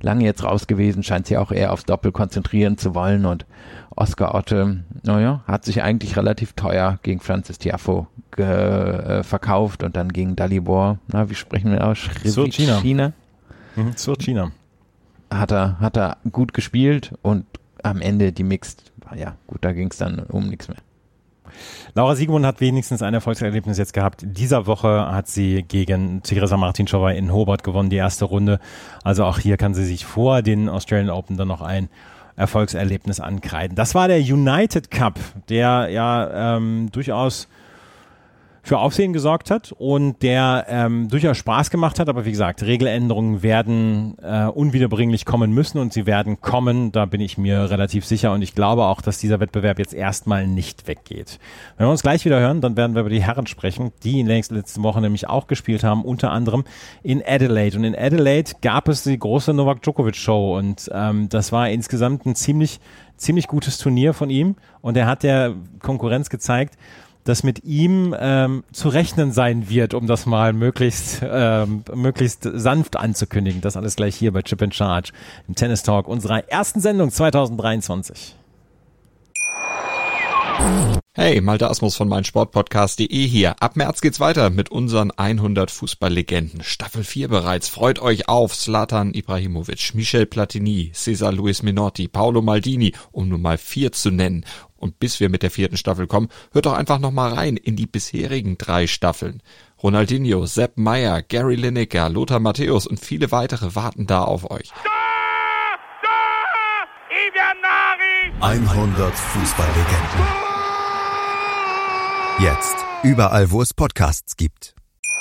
lange jetzt raus gewesen, scheint sich auch eher aufs Doppel konzentrieren zu wollen und Oscar Otte, naja, hat sich eigentlich relativ teuer gegen Francis Tiafoe ge- äh, verkauft und dann gegen Dalibor, na, wie sprechen wir aus? China. China. Mhm, zur China. Hat er, hat er gut gespielt und am Ende die Mixed, ja gut, da ging es dann um nichts mehr. Laura Siegemund hat wenigstens ein Erfolgserlebnis jetzt gehabt. Dieser Woche hat sie gegen Teresa Martincova in Hobart gewonnen, die erste Runde. Also auch hier kann sie sich vor den Australian Open dann noch ein Erfolgserlebnis ankreiden. Das war der United Cup, der ja ähm, durchaus für Aufsehen gesorgt hat und der ähm, durchaus Spaß gemacht hat. Aber wie gesagt, Regeländerungen werden äh, unwiederbringlich kommen müssen und sie werden kommen. Da bin ich mir relativ sicher und ich glaube auch, dass dieser Wettbewerb jetzt erstmal nicht weggeht. Wenn wir uns gleich wieder hören, dann werden wir über die Herren sprechen, die in der letzten Woche nämlich auch gespielt haben, unter anderem in Adelaide. Und in Adelaide gab es die große Novak Djokovic Show und ähm, das war insgesamt ein ziemlich, ziemlich gutes Turnier von ihm und er hat der Konkurrenz gezeigt, dass mit ihm ähm, zu rechnen sein wird, um das mal möglichst ähm, möglichst sanft anzukündigen. Das alles gleich hier bei Chip and Charge im Tennis Talk unserer ersten Sendung zwanzig dreiundzwanzig. Hey, Malte Asmus von meinsportpodcast punkt de hier. Ab März geht's weiter mit unseren hundert Fußballlegenden. Staffel vier bereits. Freut euch auf Zlatan Ibrahimovic, Michel Platini, Cesar Luis Minotti, Paolo Maldini, um nur mal vier zu nennen. Und bis wir mit der vierten Staffel kommen, hört doch einfach noch mal rein in die bisherigen drei Staffeln. Ronaldinho, Sepp Maier, Gary Lineker, Lothar Matthäus und viele weitere warten da auf euch. hundert Fußballlegenden. Jetzt überall, wo es Podcasts gibt.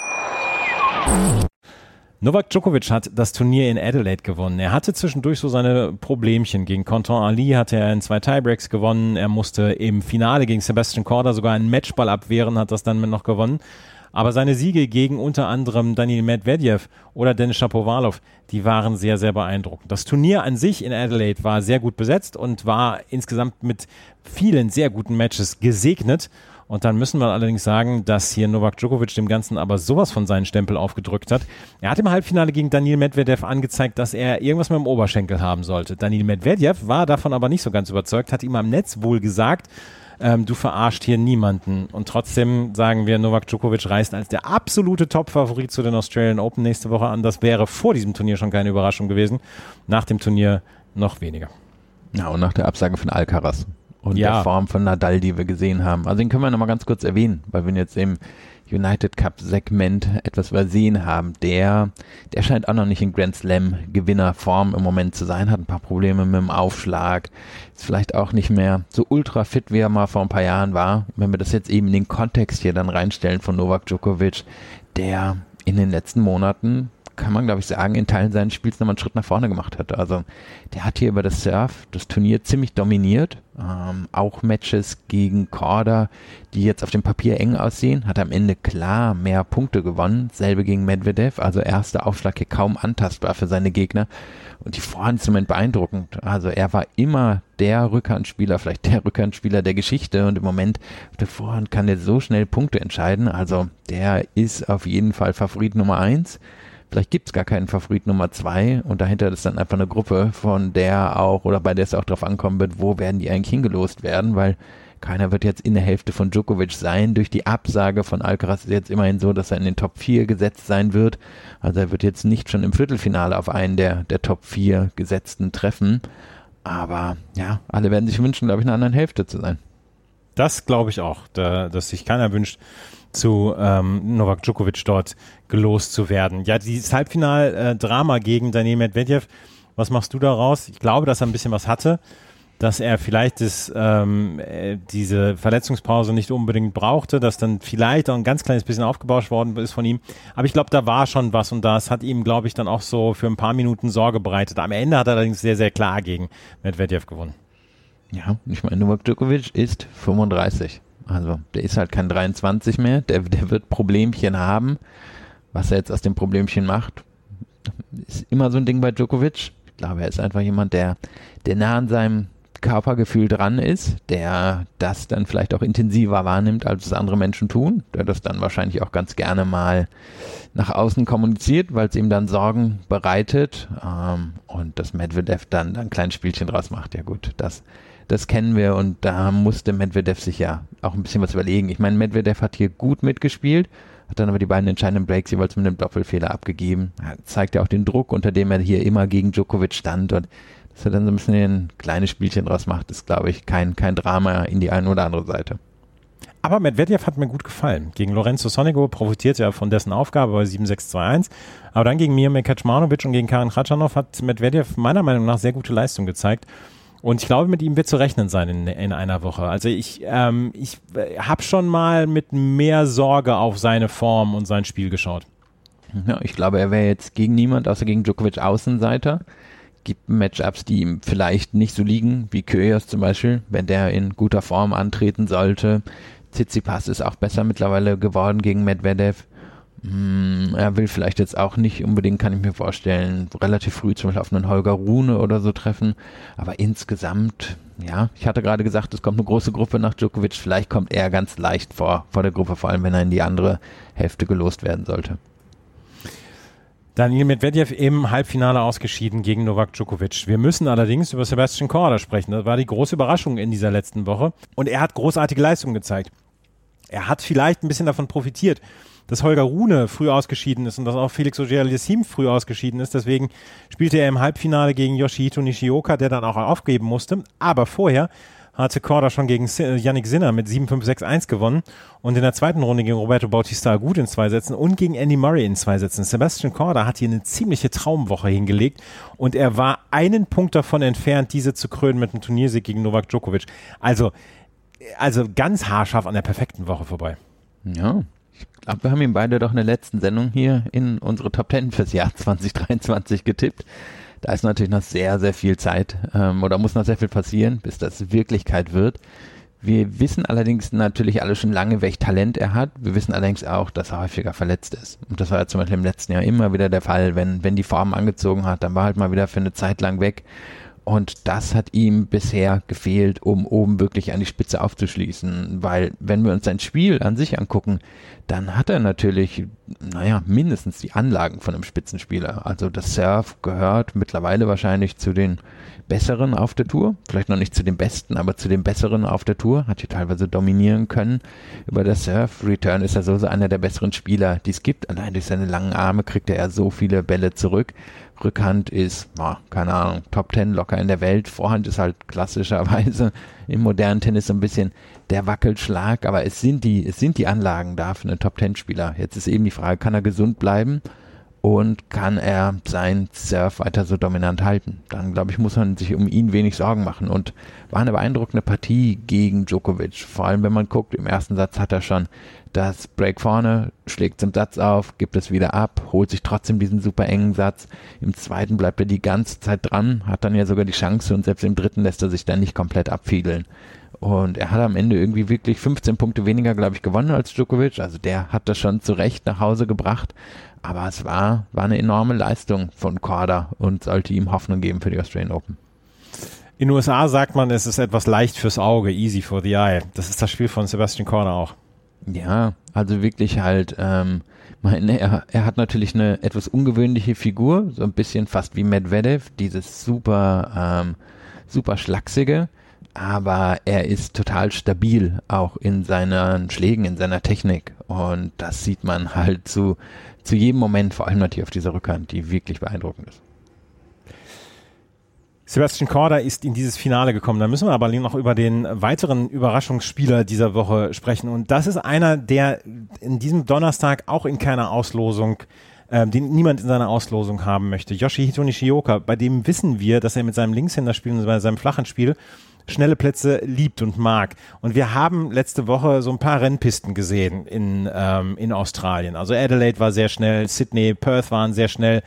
Novak Djokovic hat das Turnier in Adelaide gewonnen. Er hatte zwischendurch so seine Problemchen. Gegen Conor Ali hatte er in zwei Tiebreaks gewonnen. Er musste im Finale gegen Sebastian Korda sogar einen Matchball abwehren, hat das dann noch gewonnen. Aber seine Siege gegen unter anderem Daniil Medvedev oder Denis Shapovalov, die waren sehr, sehr beeindruckend. Das Turnier an sich in Adelaide war sehr gut besetzt und war insgesamt mit vielen sehr guten Matches gesegnet. Und dann müssen wir allerdings sagen, dass hier Novak Djokovic dem Ganzen aber sowas von seinen Stempel aufgedrückt hat. Er hat im Halbfinale gegen Daniil Medvedev angezeigt, dass er irgendwas mit dem Oberschenkel haben sollte. Daniil Medvedev war davon aber nicht so ganz überzeugt, hat ihm am Netz wohl gesagt, ähm, du verarscht hier niemanden. Und trotzdem sagen wir, Novak Djokovic reist als der absolute Top-Favorit zu den Australian Open nächste Woche an. Das wäre vor diesem Turnier schon keine Überraschung gewesen. Nach dem Turnier noch weniger. Ja, und nach der Absage von Alcaraz. Und ja. der Form von Nadal, die wir gesehen haben. Also den können wir nochmal ganz kurz erwähnen, weil wir jetzt im United Cup Segment etwas übersehen haben. Der, der scheint auch noch nicht in Grand Slam Gewinnerform im Moment zu sein, hat ein paar Probleme mit dem Aufschlag, ist vielleicht auch nicht mehr so ultra fit, wie er mal vor ein paar Jahren war. Wenn wir das jetzt eben in den Kontext hier dann reinstellen von Novak Djokovic, der in den letzten Monaten, kann man glaube ich sagen, in Teilen seines Spiels nochmal einen Schritt nach vorne gemacht hat. Also der hat hier über das Surf das Turnier ziemlich dominiert. Ähm, auch Matches gegen Korda, die jetzt auf dem Papier eng aussehen, hat am Ende klar mehr Punkte gewonnen. Selbe gegen Medvedev, also erster Aufschlag hier kaum antastbar für seine Gegner. Und die Vorhand ist im Moment beeindruckend. Also er war immer der Rückhandspieler, vielleicht der Rückhandspieler der Geschichte und im Moment auf der Vorhand kann er so schnell Punkte entscheiden. Also der ist auf jeden Fall Favorit Nummer eins. Vielleicht gibt es gar keinen Favorit Nummer zwei und dahinter ist dann einfach eine Gruppe, von der auch, oder bei der es auch drauf ankommen wird, wo werden die eigentlich hingelost werden, weil keiner wird jetzt in der Hälfte von Djokovic sein. Durch die Absage von Alcaraz ist jetzt immerhin so, dass er in den Top vier gesetzt sein wird. Also er wird jetzt nicht schon im Viertelfinale auf einen der, der Top vier Gesetzten treffen. Aber ja, alle werden sich wünschen, glaube ich, in einer anderen Hälfte zu sein. Das glaube ich auch, da, dass sich keiner wünscht, zu ähm, Novak Djokovic dort gelost zu werden. Ja, dieses Halbfinal-Drama gegen Daniil Medvedev, was machst du daraus? Ich glaube, dass er ein bisschen was hatte, dass er vielleicht das, ähm, diese Verletzungspause nicht unbedingt brauchte, dass dann vielleicht auch ein ganz kleines bisschen aufgebauscht worden ist von ihm. Aber ich glaube, da war schon was und das hat ihm, glaube ich, dann auch so für ein paar Minuten Sorge bereitet. Am Ende hat er allerdings sehr, sehr klar gegen Medvedev gewonnen. Ja, ich meine, Novak Djokovic ist fünfunddreißig. Also der ist halt kein dreiundzwanzig mehr, der, der wird Problemchen haben. Was er jetzt aus dem Problemchen macht, ist immer so ein Ding bei Djokovic. Ich glaube, er ist einfach jemand, der, der nah an seinem Körpergefühl dran ist, der das dann vielleicht auch intensiver wahrnimmt, als es andere Menschen tun, der das dann wahrscheinlich auch ganz gerne mal nach außen kommuniziert, weil es ihm dann Sorgen bereitet ähm, und dass Medvedev dann ein kleines Spielchen draus macht. Ja gut, das, das kennen wir und da musste Medvedev sich ja auch ein bisschen was überlegen. Ich meine, Medvedev hat hier gut mitgespielt, hat dann aber die beiden entscheidenden Breaks jeweils mit einem Doppelfehler abgegeben. Ja, zeigt ja auch den Druck, unter dem er hier immer gegen Djokovic stand und dass er dann so ein bisschen ein kleines Spielchen draus macht, ist, glaube ich, kein, kein Drama in die eine oder andere Seite. Aber Medvedev hat mir gut gefallen. Gegen Lorenzo Sonego profitiert er von dessen Aufgabe bei sieben sechs zwei eins. Aber dann gegen Miomir Kecmanovic und gegen Karen Khachanov hat Medvedev meiner Meinung nach sehr gute Leistung gezeigt. Und ich glaube, mit ihm wird zu rechnen sein in, in einer Woche. Also ich, ähm, ich habe schon mal mit mehr Sorge auf seine Form und sein Spiel geschaut. Ja, ich glaube, er wäre jetzt gegen niemand, außer gegen Djokovic Außenseiter. Gibt Matchups, die ihm vielleicht nicht so liegen, wie Kyrgios zum Beispiel, wenn der in guter Form antreten sollte. Tsitsipas ist auch besser mittlerweile geworden gegen Medvedev. Hm, er will vielleicht jetzt auch nicht unbedingt, kann ich mir vorstellen, relativ früh zum Beispiel auf einen Holger Rune oder so treffen. Aber insgesamt, ja, ich hatte gerade gesagt, es kommt eine große Gruppe nach Djokovic. Vielleicht kommt er ganz leicht vor, vor der Gruppe, vor allem wenn er in die andere Hälfte gelost werden sollte. Daniil Medvedev im Halbfinale ausgeschieden gegen Novak Djokovic. Wir müssen allerdings über Sebastian Korda sprechen. Das war die große Überraschung in dieser letzten Woche. Und er hat großartige Leistungen gezeigt. Er hat vielleicht ein bisschen davon profitiert, dass Holger Rune früh ausgeschieden ist und dass auch Felix Auger-Aliassime früh ausgeschieden ist. Deswegen spielte er im Halbfinale gegen Yoshihito Nishioka, der dann auch aufgeben musste. Aber vorher hatte Korda schon gegen Jannik Sinner mit sieben fünf sechs eins gewonnen und in der zweiten Runde gegen Roberto Bautista Agut in zwei Sätzen und gegen Andy Murray in zwei Sätzen. Sebastian Korda hat hier eine ziemliche Traumwoche hingelegt und er war einen Punkt davon entfernt, diese zu krönen mit einem Turniersieg gegen Novak Djokovic. Also, also ganz haarscharf an der perfekten Woche vorbei. Ja, ich glaube, wir haben ihm beide doch in der letzten Sendung hier in unsere Top Ten fürs Jahr zwanzig dreiundzwanzig getippt. Da ist natürlich noch sehr, sehr viel Zeit ähm, oder muss noch sehr viel passieren, bis das Wirklichkeit wird. Wir wissen allerdings natürlich alle schon lange, welch Talent er hat. Wir wissen allerdings auch, dass er häufiger verletzt ist. Und das war ja zum Beispiel im letzten Jahr immer wieder der Fall. Wenn, wenn die Form angezogen hat, dann war halt mal wieder für eine Zeit lang weg. Und das hat ihm bisher gefehlt, um oben wirklich an die Spitze aufzuschließen. Weil wenn wir uns sein Spiel an sich angucken, dann hat er natürlich, naja, mindestens die Anlagen von einem Spitzenspieler. Also das Serve gehört mittlerweile wahrscheinlich zu den Besseren auf der Tour. Vielleicht noch nicht zu den Besten, aber zu den Besseren auf der Tour. Hat hier teilweise dominieren können über das Serve. Return ist er so, so einer der besseren Spieler, die es gibt. Allein durch seine langen Arme kriegt er ja so viele Bälle zurück. Rückhand ist, oh, keine Ahnung, Top Ten locker in der Welt. Vorhand ist halt klassischerweise im modernen Tennis so ein bisschen der Wackelschlag, aber es sind die, es sind die Anlagen da für einen Top Ten Spieler. Jetzt ist eben die Frage, kann er gesund bleiben und kann er sein Serve weiter so dominant halten? Dann, glaube ich, muss man sich um ihn wenig Sorgen machen und war eine beeindruckende Partie gegen Djokovic. Vor allem, wenn man guckt, im ersten Satz hat er schon das Break vorne, schlägt zum Satz auf, gibt es wieder ab, holt sich trotzdem diesen super engen Satz. Im zweiten bleibt er die ganze Zeit dran, hat dann ja sogar die Chance und selbst im dritten lässt er sich dann nicht komplett abfiedeln. Und er hat am Ende irgendwie wirklich fünfzehn Punkte weniger, glaube ich, gewonnen als Djokovic. Also der hat das schon zu Recht nach Hause gebracht. Aber es war, war eine enorme Leistung von Korda und sollte ihm Hoffnung geben für die Australian Open. In den U S A sagt man, es ist etwas leicht fürs Auge, easy for the eye. Das ist das Spiel von Sebastian Korda auch. Ja, also wirklich halt, ähm, meine, er, er hat natürlich eine etwas ungewöhnliche Figur, so ein bisschen fast wie Medvedev, dieses super, ähm, super schlachsige, aber er ist total stabil, auch in seinen Schlägen, in seiner Technik und das sieht man halt zu, zu jedem Moment, vor allem natürlich auf dieser Rückhand, die wirklich beeindruckend ist. Sebastian Korda ist in dieses Finale gekommen. Da müssen wir aber noch über den weiteren Überraschungsspieler dieser Woche sprechen. Und das ist einer, der in diesem Donnerstag auch in keiner Auslosung, äh, den niemand in seiner Auslosung haben möchte. Yoshihito Nishioka, bei dem wissen wir, dass er mit seinem Linkshänderspiel und bei seinem Flachhandspiel schnelle Plätze liebt und mag. Und wir haben letzte Woche so ein paar Rennpisten gesehen in, ähm, in Australien. Also Adelaide war sehr schnell, Sydney, Perth waren sehr schnell.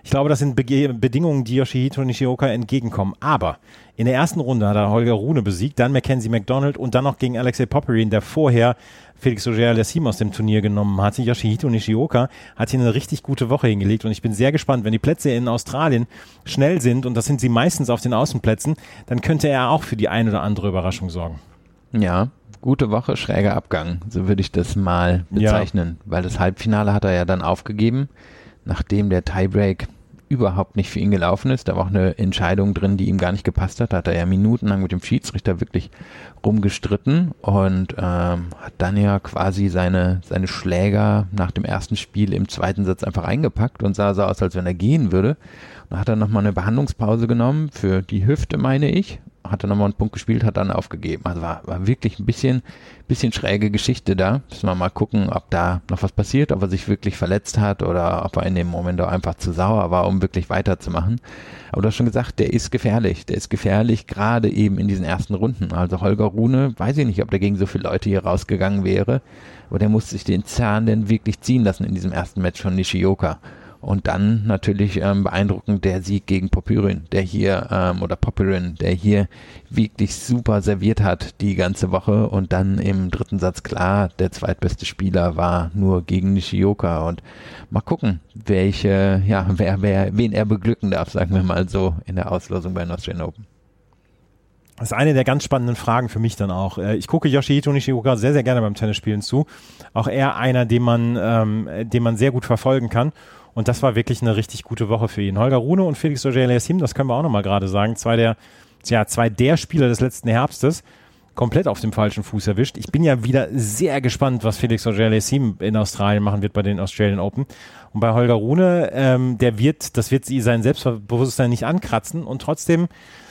Ich glaube, das sind Be- Bedingungen, die Yoshihito Nishioka entgegenkommen. Aber in der ersten Runde hat er Holger Rune besiegt, dann Mackenzie McDonald und dann noch gegen Alexei Popyrin, der vorher Felix Auger-Aliassime aus dem Turnier genommen hatte. Yoshihito Nishioka hat hier eine richtig gute Woche hingelegt und ich bin sehr gespannt, wenn die Plätze in Australien schnell sind und das sind sie meistens auf den Außenplätzen, dann könnte er auch für die ein oder andere Überraschung sorgen. Ja, gute Woche, schräger Abgang, so würde ich das mal bezeichnen, ja. Weil das Halbfinale hat er ja dann aufgegeben, nachdem der Tiebreak überhaupt nicht für ihn gelaufen ist. Da war auch eine Entscheidung drin, die ihm gar nicht gepasst hat. Da hat er ja minutenlang mit dem Schiedsrichter wirklich rumgestritten und ähm, hat dann ja quasi seine, seine Schläger nach dem ersten Spiel im zweiten Satz einfach eingepackt und sah so aus, als wenn er gehen würde. Und dann hat er nochmal eine Behandlungspause genommen für die Hüfte, meine ich. Hat er nochmal einen Punkt gespielt, hat dann aufgegeben. Also war, war wirklich ein bisschen, bisschen schräge Geschichte da. Müssen wir mal gucken, ob da noch was passiert, ob er sich wirklich verletzt hat oder ob er in dem Moment auch einfach zu sauer war, um wirklich weiterzumachen. Aber du hast schon gesagt, der ist gefährlich. Der ist gefährlich, gerade eben in diesen ersten Runden. Also Holger Rune, weiß ich nicht, ob der gegen so viele Leute hier rausgegangen wäre, aber der musste sich den Zahn denn wirklich ziehen lassen in diesem ersten Match von Nishioka. Und dann natürlich ähm, beeindruckend der Sieg gegen Popyrin, der hier, ähm, oder Popyrin, der hier wirklich super serviert hat die ganze Woche und dann im dritten Satz klar, der zweitbeste Spieler war nur gegen Nishioka und mal gucken, welche, ja, wer, wer, wen er beglücken darf, sagen wir mal so, in der Auslosung bei den Australian Open. Das ist eine der ganz spannenden Fragen für mich dann auch. Ich gucke Yoshihito Nishioka sehr, sehr gerne beim Tennisspielen zu. Auch er einer, den man, ähm, den man sehr gut verfolgen kann. Und das war wirklich eine richtig gute Woche für ihn. Holger Rune und Felix Auger-Aliassime, das können wir auch nochmal gerade sagen, zwei der, ja, zwei der Spieler des letzten Herbstes, komplett auf dem falschen Fuß erwischt. Ich bin ja wieder sehr gespannt, was Felix Auger-Aliassime in Australien machen wird bei den Australian Open. Und bei Holger Rune, ähm, der wird, das wird sie sein Selbstbewusstsein nicht ankratzen und trotzdem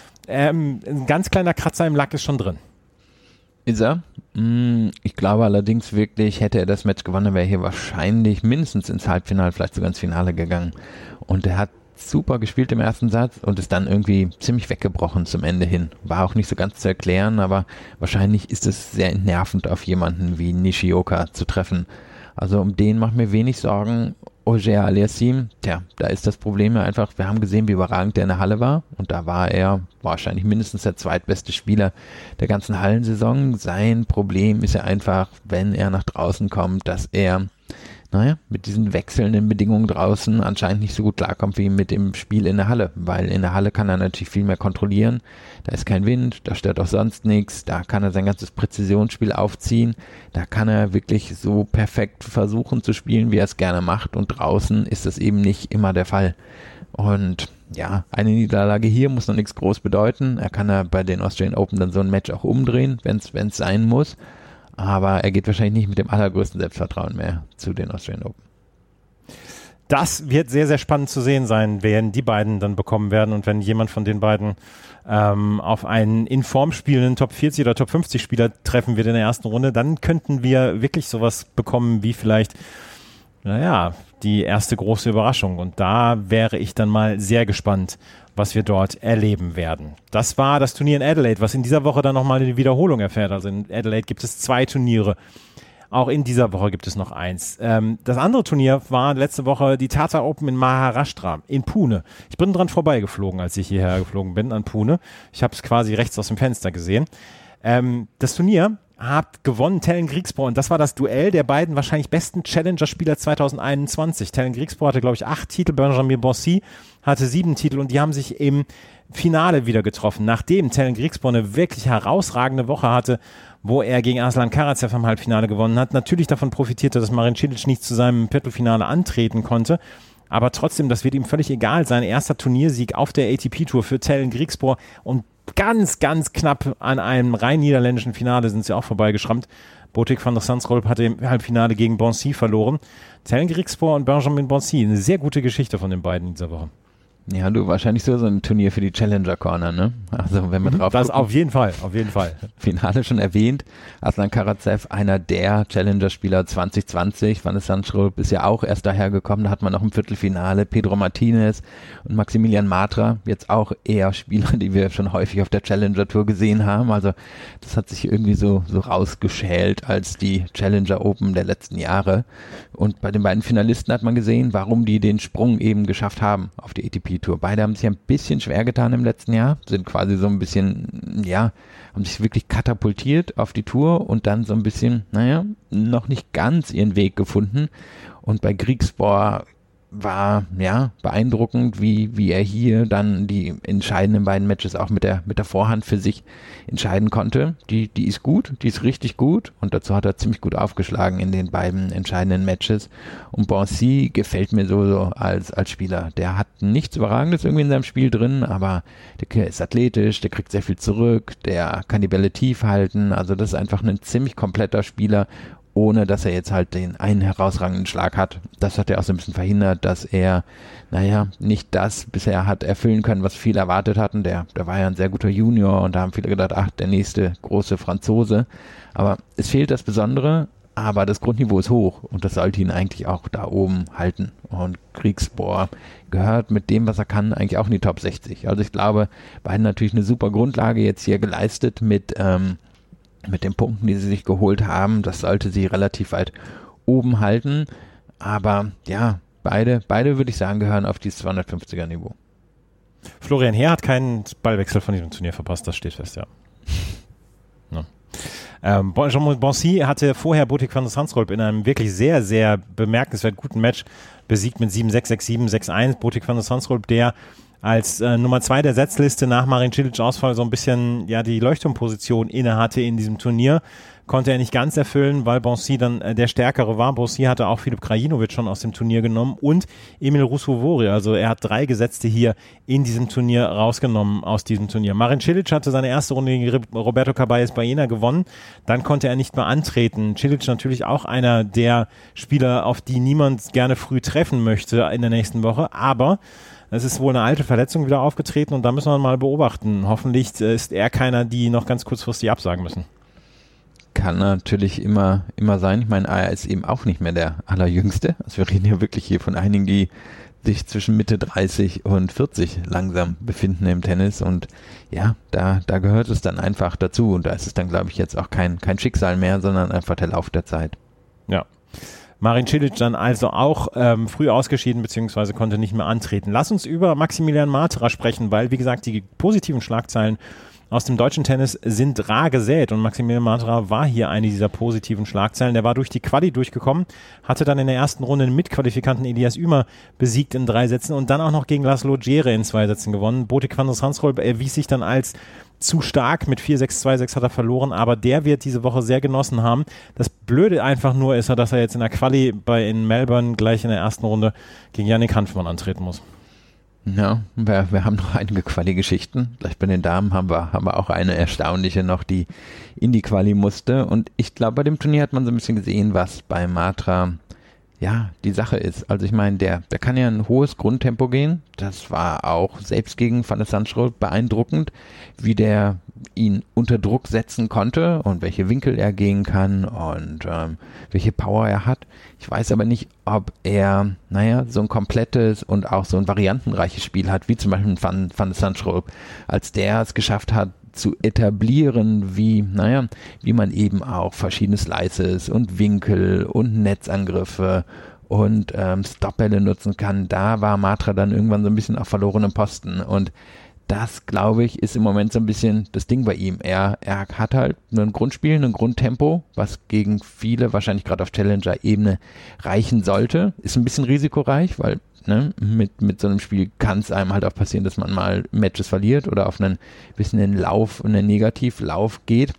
ähm, ein ganz kleiner Kratzer im Lack ist schon drin. Ist er? Ich glaube allerdings wirklich, hätte er das Match gewonnen, wäre er hier wahrscheinlich mindestens ins Halbfinale, vielleicht sogar ins Finale gegangen. Und er hat super gespielt im ersten Satz und ist dann irgendwie ziemlich weggebrochen zum Ende hin. War auch nicht so ganz zu erklären, aber wahrscheinlich ist es sehr entnervend, auf jemanden wie Nishioka zu treffen. Also um den macht mir wenig Sorgen. Auger-Aliassime, tja, da ist das Problem ja einfach, wir haben gesehen, wie überragend der in der Halle war und da war er wahrscheinlich mindestens der zweitbeste Spieler der ganzen Hallensaison. Sein Problem ist ja einfach, wenn er nach draußen kommt, dass er, naja, mit diesen wechselnden Bedingungen draußen anscheinend nicht so gut klarkommt wie mit dem Spiel in der Halle, weil in der Halle kann er natürlich viel mehr kontrollieren, da ist kein Wind, da stört auch sonst nichts, da kann er sein ganzes Präzisionsspiel aufziehen, da kann er wirklich so perfekt versuchen zu spielen, wie er es gerne macht und draußen ist das eben nicht immer der Fall. Und ja, eine Niederlage hier muss noch nichts groß bedeuten, er kann ja bei den Australian Open dann so ein Match auch umdrehen, wenn es wenn es sein muss. Aber er geht wahrscheinlich nicht mit dem allergrößten Selbstvertrauen mehr zu den Australian Open. Das wird sehr, sehr spannend zu sehen sein, wen die beiden dann bekommen werden. Und wenn jemand von den beiden ähm, auf einen in Form spielenden Top vierzig oder Top fünfzig Spieler treffen wird in der ersten Runde, dann könnten wir wirklich sowas bekommen wie vielleicht, naja, die erste große Überraschung. Und da wäre ich dann mal sehr gespannt, was wir dort erleben werden. Das war das Turnier in Adelaide, was in dieser Woche dann nochmal eine Wiederholung erfährt. Also in Adelaide gibt es zwei Turniere. Auch in dieser Woche gibt es noch eins. Ähm, das andere Turnier war letzte Woche die Tata Open in Maharashtra, in Pune. Ich bin dran vorbeigeflogen, als ich hierher geflogen bin, an Pune. Ich habe es quasi rechts aus dem Fenster gesehen. Ähm, das Turnier hat gewonnen Tellen Griekspoor und das war das Duell der beiden wahrscheinlich besten Challenger-Spieler zwanzig einundzwanzig. Tellen Griekspoor hatte, glaube ich, acht Titel, Benjamin Bonsi hatte sieben Titel und die haben sich im Finale wieder getroffen, nachdem Tellen Griekspoor eine wirklich herausragende Woche hatte, wo er gegen Aslan Karatsev im Halbfinale gewonnen hat. Natürlich davon profitierte, dass Marin Cilic nicht zu seinem Viertelfinale antreten konnte, aber trotzdem, das wird ihm völlig egal sein. Erster Turniersieg auf der A T P-Tour für Tellen Griekspoor und ganz, ganz knapp an einem rein niederländischen Finale sind sie auch vorbeigeschrammt. Botic van der Zandschulp hatte im Halbfinale gegen Bonsi verloren. Tellen Griekspoor und Benjamin Bonsi, eine sehr gute Geschichte von den beiden in dieser Woche. Ja, du, wahrscheinlich so, so ein Turnier für die Challenger Corner, ne? Also wenn man mhm, drauf Das gucken, auf jeden Fall, auf jeden Fall. Finale schon erwähnt, Aslan Karatsev, einer der Challenger-Spieler zwanzig zwanzig, Van de Zandschulp ist ja auch erst dahergekommen, da hat man noch im Viertelfinale Pedro Martinez und Maximilian Matra, jetzt auch eher Spieler, die wir schon häufig auf der Challenger-Tour gesehen haben, also das hat sich irgendwie so, so rausgeschält als die Challenger Open der letzten Jahre und bei den beiden Finalisten hat man gesehen, warum die den Sprung eben geschafft haben auf die A T P-Tour. Beide haben sich ein bisschen schwer getan im letzten Jahr, sind quasi so ein bisschen, ja, haben sich wirklich katapultiert auf die Tour und dann so ein bisschen, naja, noch nicht ganz ihren Weg gefunden. Und bei Griekspoor war, ja, beeindruckend, wie, wie er hier dann die entscheidenden beiden Matches auch mit der, mit der Vorhand für sich entscheiden konnte. Die, die ist gut, die ist richtig gut und dazu hat er ziemlich gut aufgeschlagen in den beiden entscheidenden Matches. Und Bonsi gefällt mir so, so als, als Spieler. Der hat nichts Überragendes irgendwie in seinem Spiel drin, aber der ist athletisch, der kriegt sehr viel zurück, der kann die Bälle tief halten. Also das ist einfach ein ziemlich kompletter Spieler, ohne dass er jetzt halt den einen herausragenden Schlag hat. Das hat er auch so ein bisschen verhindert, dass er, naja, nicht das bisher hat erfüllen können, was viele erwartet hatten. Der, der war ja ein sehr guter Junior und da haben viele gedacht, ach, der nächste große Franzose. Aber es fehlt das Besondere, aber das Grundniveau ist hoch und das sollte ihn eigentlich auch da oben halten. Und Griekspoor gehört mit dem, was er kann, eigentlich auch in die Top sechzig. Also ich glaube, beiden natürlich eine super Grundlage jetzt hier geleistet mit, ähm, mit den Punkten, die sie sich geholt haben. Das sollte sie relativ weit oben halten. Aber ja, beide, beide würde ich sagen, gehören auf dieses zweihundertfünfziger Niveau. Florian Heer hat keinen Ballwechsel von diesem Turnier verpasst, das steht fest, ja. ja. Ähm, Jean Bonsi hatte vorher Botic van der Zandschulp in einem wirklich sehr, sehr bemerkenswert guten Match besiegt mit sieben sechs, sechs sieben, sechs eins. Botic van der Zandschulp, der als äh, Nummer zwei der Setzliste nach Marin Cilic Ausfall so ein bisschen ja die Leuchtturmposition inne hatte in diesem Turnier, konnte er nicht ganz erfüllen, weil Bonsi dann äh, der Stärkere war. Bonsi hatte auch Filip Krajinovic schon aus dem Turnier genommen und Emil Ruusuvuori, also er hat drei Gesetzte hier in diesem Turnier rausgenommen aus diesem Turnier. Marin Cilic hatte seine erste Runde gegen Roberto Caballes Baena gewonnen, dann konnte er nicht mehr antreten. Cilic natürlich auch einer der Spieler, auf die niemand gerne früh treffen möchte in der nächsten Woche, aber es ist wohl eine alte Verletzung wieder aufgetreten und da müssen wir mal beobachten. Hoffentlich ist er keiner, die noch ganz kurzfristig absagen müssen. Kann natürlich immer, immer sein. Ich meine, er ist eben auch nicht mehr der Allerjüngste. Also wir reden hier wirklich hier von einigen, die sich zwischen Mitte dreißig und vierzig langsam befinden im Tennis und ja, da, da gehört es dann einfach dazu und da ist es dann, glaube ich, jetzt auch kein, kein Schicksal mehr, sondern einfach der Lauf der Zeit. Ja. Marin Cilic dann also auch ähm, früh ausgeschieden beziehungsweise konnte nicht mehr antreten. Lass uns über Maximilian Matra sprechen, weil, wie gesagt, die positiven Schlagzeilen aus dem deutschen Tennis sind rar gesät und Maximilian Matra war hier eine dieser positiven Schlagzeilen. Der war durch die Quali durchgekommen, hatte dann in der ersten Runde den Mitqualifikanten Elias Ymer besiegt in drei Sätzen und dann auch noch gegen Laszlo Djere in zwei Sätzen gewonnen. Botic van der Zandschulp erwies sich dann als zu stark, mit vier sechs zwei sechs hat er verloren, aber der wird diese Woche sehr genossen haben. Das Blöde einfach nur ist, dass er jetzt in der Quali bei in Melbourne gleich in der ersten Runde gegen Yannick Hanfmann antreten muss. Ja, wir, wir haben noch einige Quali-Geschichten. Gleich bei den Damen haben wir, haben wir auch eine erstaunliche noch, die in die Quali musste. Und ich glaube, bei dem Turnier hat man so ein bisschen gesehen, was bei Matra ja die Sache ist. Also ich meine, der, der kann ja ein hohes Grundtempo gehen. Das war auch selbst gegen Van de Zandschulp beeindruckend, wie der ihn unter Druck setzen konnte und welche Winkel er gehen kann und ähm, welche Power er hat. Ich weiß aber nicht, ob er, naja, so ein komplettes und auch so ein variantenreiches Spiel hat, wie zum Beispiel Van, Van de Zandschulp, als der es geschafft hat, zu etablieren, wie, naja, wie man eben auch verschiedene Slices und Winkel und Netzangriffe und ähm, Stopbälle nutzen kann. Da war Matra dann irgendwann so ein bisschen auf verlorenem Posten und das, glaube ich, ist im Moment so ein bisschen das Ding bei ihm. Er, er hat halt ein Grundspiel, ein Grundtempo, was gegen viele wahrscheinlich gerade auf Challenger-Ebene reichen sollte. Ist ein bisschen risikoreich, weil ne, mit, mit so einem Spiel kann es einem halt auch passieren, dass man mal Matches verliert oder auf einen bisschen einen Lauf, einen Negativlauf geht.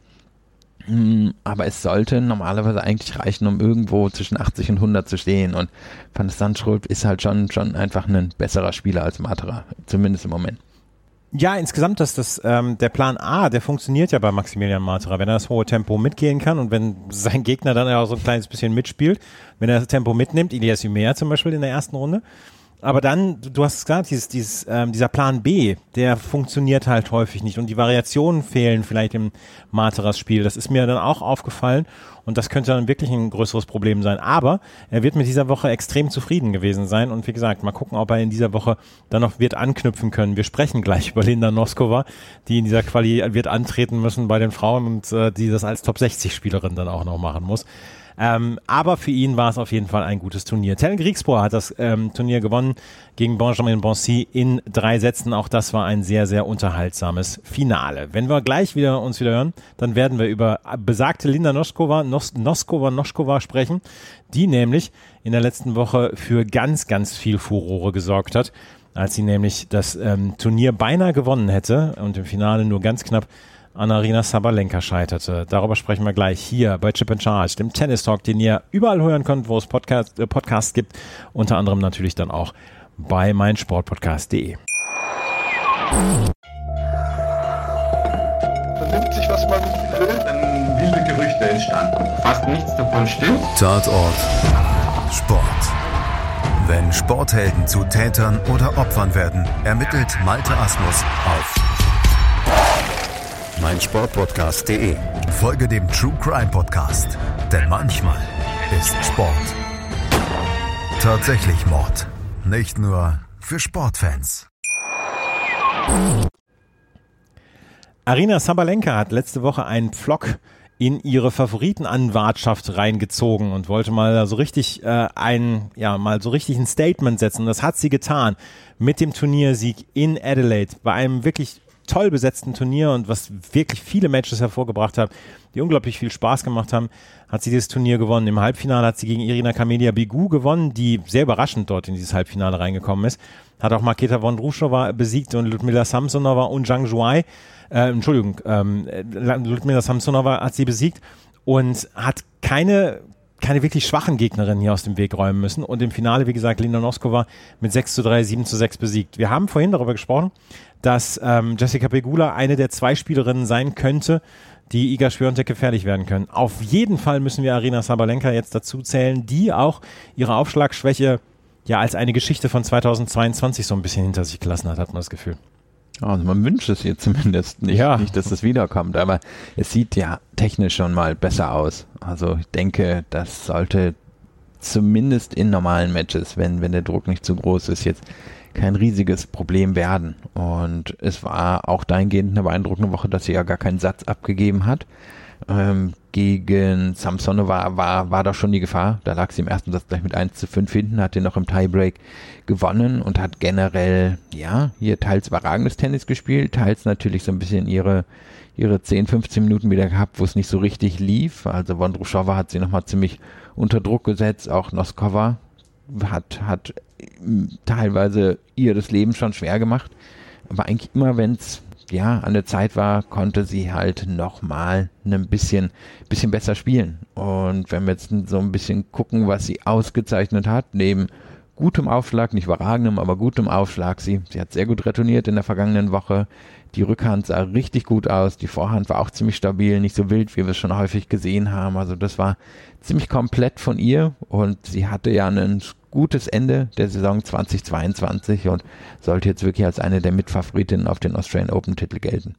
Aber es sollte normalerweise eigentlich reichen, um irgendwo zwischen achtzig und hundert zu stehen. Und Van de Zandschulp ist halt schon, schon einfach ein besserer Spieler als Matra, zumindest im Moment. Ja, insgesamt ist das ähm, der Plan A, der funktioniert ja bei Maximilian Matra, wenn er das hohe Tempo mitgehen kann und wenn sein Gegner dann auch so ein kleines bisschen mitspielt, wenn er das Tempo mitnimmt, Elias Ymer zum Beispiel in der ersten Runde, Aber dann, du hast es gesagt, dieses, dieses, ähm, dieser Plan B, der funktioniert halt häufig nicht und die Variationen fehlen vielleicht im Materas-Spiel. Das ist mir dann auch aufgefallen und das könnte dann wirklich ein größeres Problem sein. Aber er wird mit dieser Woche extrem zufrieden gewesen sein und wie gesagt, mal gucken, ob er in dieser Woche dann noch wird anknüpfen können. Wir sprechen gleich über Linda Noskova, die in dieser Quali wird antreten müssen bei den Frauen und äh, die das als Top sechzig Spielerin dann auch noch machen muss. Ähm, aber für ihn war es auf jeden Fall ein gutes Turnier. Tellen Griekspoor hat das ähm, Turnier gewonnen gegen Benjamin Bonzi in drei Sätzen. Auch das war ein sehr, sehr unterhaltsames Finale. Wenn wir gleich wieder uns wieder hören, dann werden wir über besagte Linda Noskova, Nos, Noskova, Noskova sprechen, die nämlich in der letzten Woche für ganz, ganz viel Furore gesorgt hat, als sie nämlich das ähm, Turnier beinahe gewonnen hätte und im Finale nur ganz knapp an Aryna Sabalenka scheiterte. Darüber sprechen wir gleich hier bei Chip and Charge, dem Tennis Talk, den ihr überall hören könnt, wo es Podcast, äh, Podcasts gibt. Unter anderem natürlich dann auch bei meinsportpodcast punkt de. Vernimmt sich, was man will. Dann wilde Gerüchte entstanden. Fast nichts davon stimmt. Tatort Sport. Wenn Sporthelden zu Tätern oder Opfern werden, ermittelt Malte Asmus auf meinsportpodcast punkt de. Folge dem True Crime Podcast, denn manchmal ist Sport tatsächlich Mord. Nicht nur für Sportfans. Aryna Sabalenka hat letzte Woche einen Pflock in ihre Favoritenanwartschaft reingezogen und wollte mal so richtig äh, ein, ja, mal so richtig ein Statement setzen. Und das hat sie getan mit dem Turniersieg in Adelaide bei einem wirklich toll besetzten Turnier und was wirklich viele Matches hervorgebracht hat, die unglaublich viel Spaß gemacht haben, hat sie dieses Turnier gewonnen. Im Halbfinale hat sie gegen Irina Camelia Begu gewonnen, die sehr überraschend dort in dieses Halbfinale reingekommen ist. Hat auch Marketa Vondrushova besiegt und Ludmila Samsonova und Zhang Zhuai, äh, Entschuldigung, ähm, Ludmila Samsonova hat sie besiegt und hat keine keine wirklich schwachen Gegnerinnen hier aus dem Weg räumen müssen und im Finale, wie gesagt, Linda Noskova mit sechs zu drei, sieben zu sechs besiegt. Wir haben vorhin darüber gesprochen, dass ähm, Jessica Pegula eine der zwei Spielerinnen sein könnte, die Iga Swiatek gefährlich werden können. Auf jeden Fall müssen wir Aryna Sabalenka jetzt dazu zählen, die auch ihre Aufschlagschwäche ja als eine Geschichte von zweitausendzweiundzwanzig so ein bisschen hinter sich gelassen hat, hat man das Gefühl. Also man wünscht es ihr zumindest nicht, ja. nicht, dass es wiederkommt, aber es sieht ja technisch schon mal besser aus. Also ich denke, das sollte zumindest in normalen Matches, wenn, wenn der Druck nicht zu groß ist, jetzt kein riesiges Problem werden. Und es war auch dahingehend eine beeindruckende Woche, dass sie ja gar keinen Satz abgegeben hat. Ähm, gegen Samsonova war, war da schon die Gefahr. Da lag sie im ersten Satz gleich mit eins zu fünf hinten, hat den noch im Tiebreak gewonnen und hat generell, ja, hier teils überragendes Tennis gespielt, teils natürlich so ein bisschen ihre, ihre zehn, fünfzehn Minuten wieder gehabt, wo es nicht so richtig lief. Also Vondrushova hat sie nochmal ziemlich unter Druck gesetzt, auch Noskova hat, hat teilweise ihr das Leben schon schwer gemacht. Aber eigentlich immer, wenn es ja, an der Zeit war, konnte sie halt nochmal ein bisschen, bisschen besser spielen. Und wenn wir jetzt so ein bisschen gucken, was sie ausgezeichnet hat, neben gutem Aufschlag, nicht überragendem, aber gutem Aufschlag, sie, sie hat sehr gut retourniert in der vergangenen Woche. Die Rückhand sah richtig gut aus, die Vorhand war auch ziemlich stabil, nicht so wild, wie wir es schon häufig gesehen haben. Also das war ziemlich komplett von ihr und sie hatte ja ein gutes Ende der Saison zweitausendzweiundzwanzig und sollte jetzt wirklich als eine der Mitfavoritinnen auf den Australian Open Titel gelten.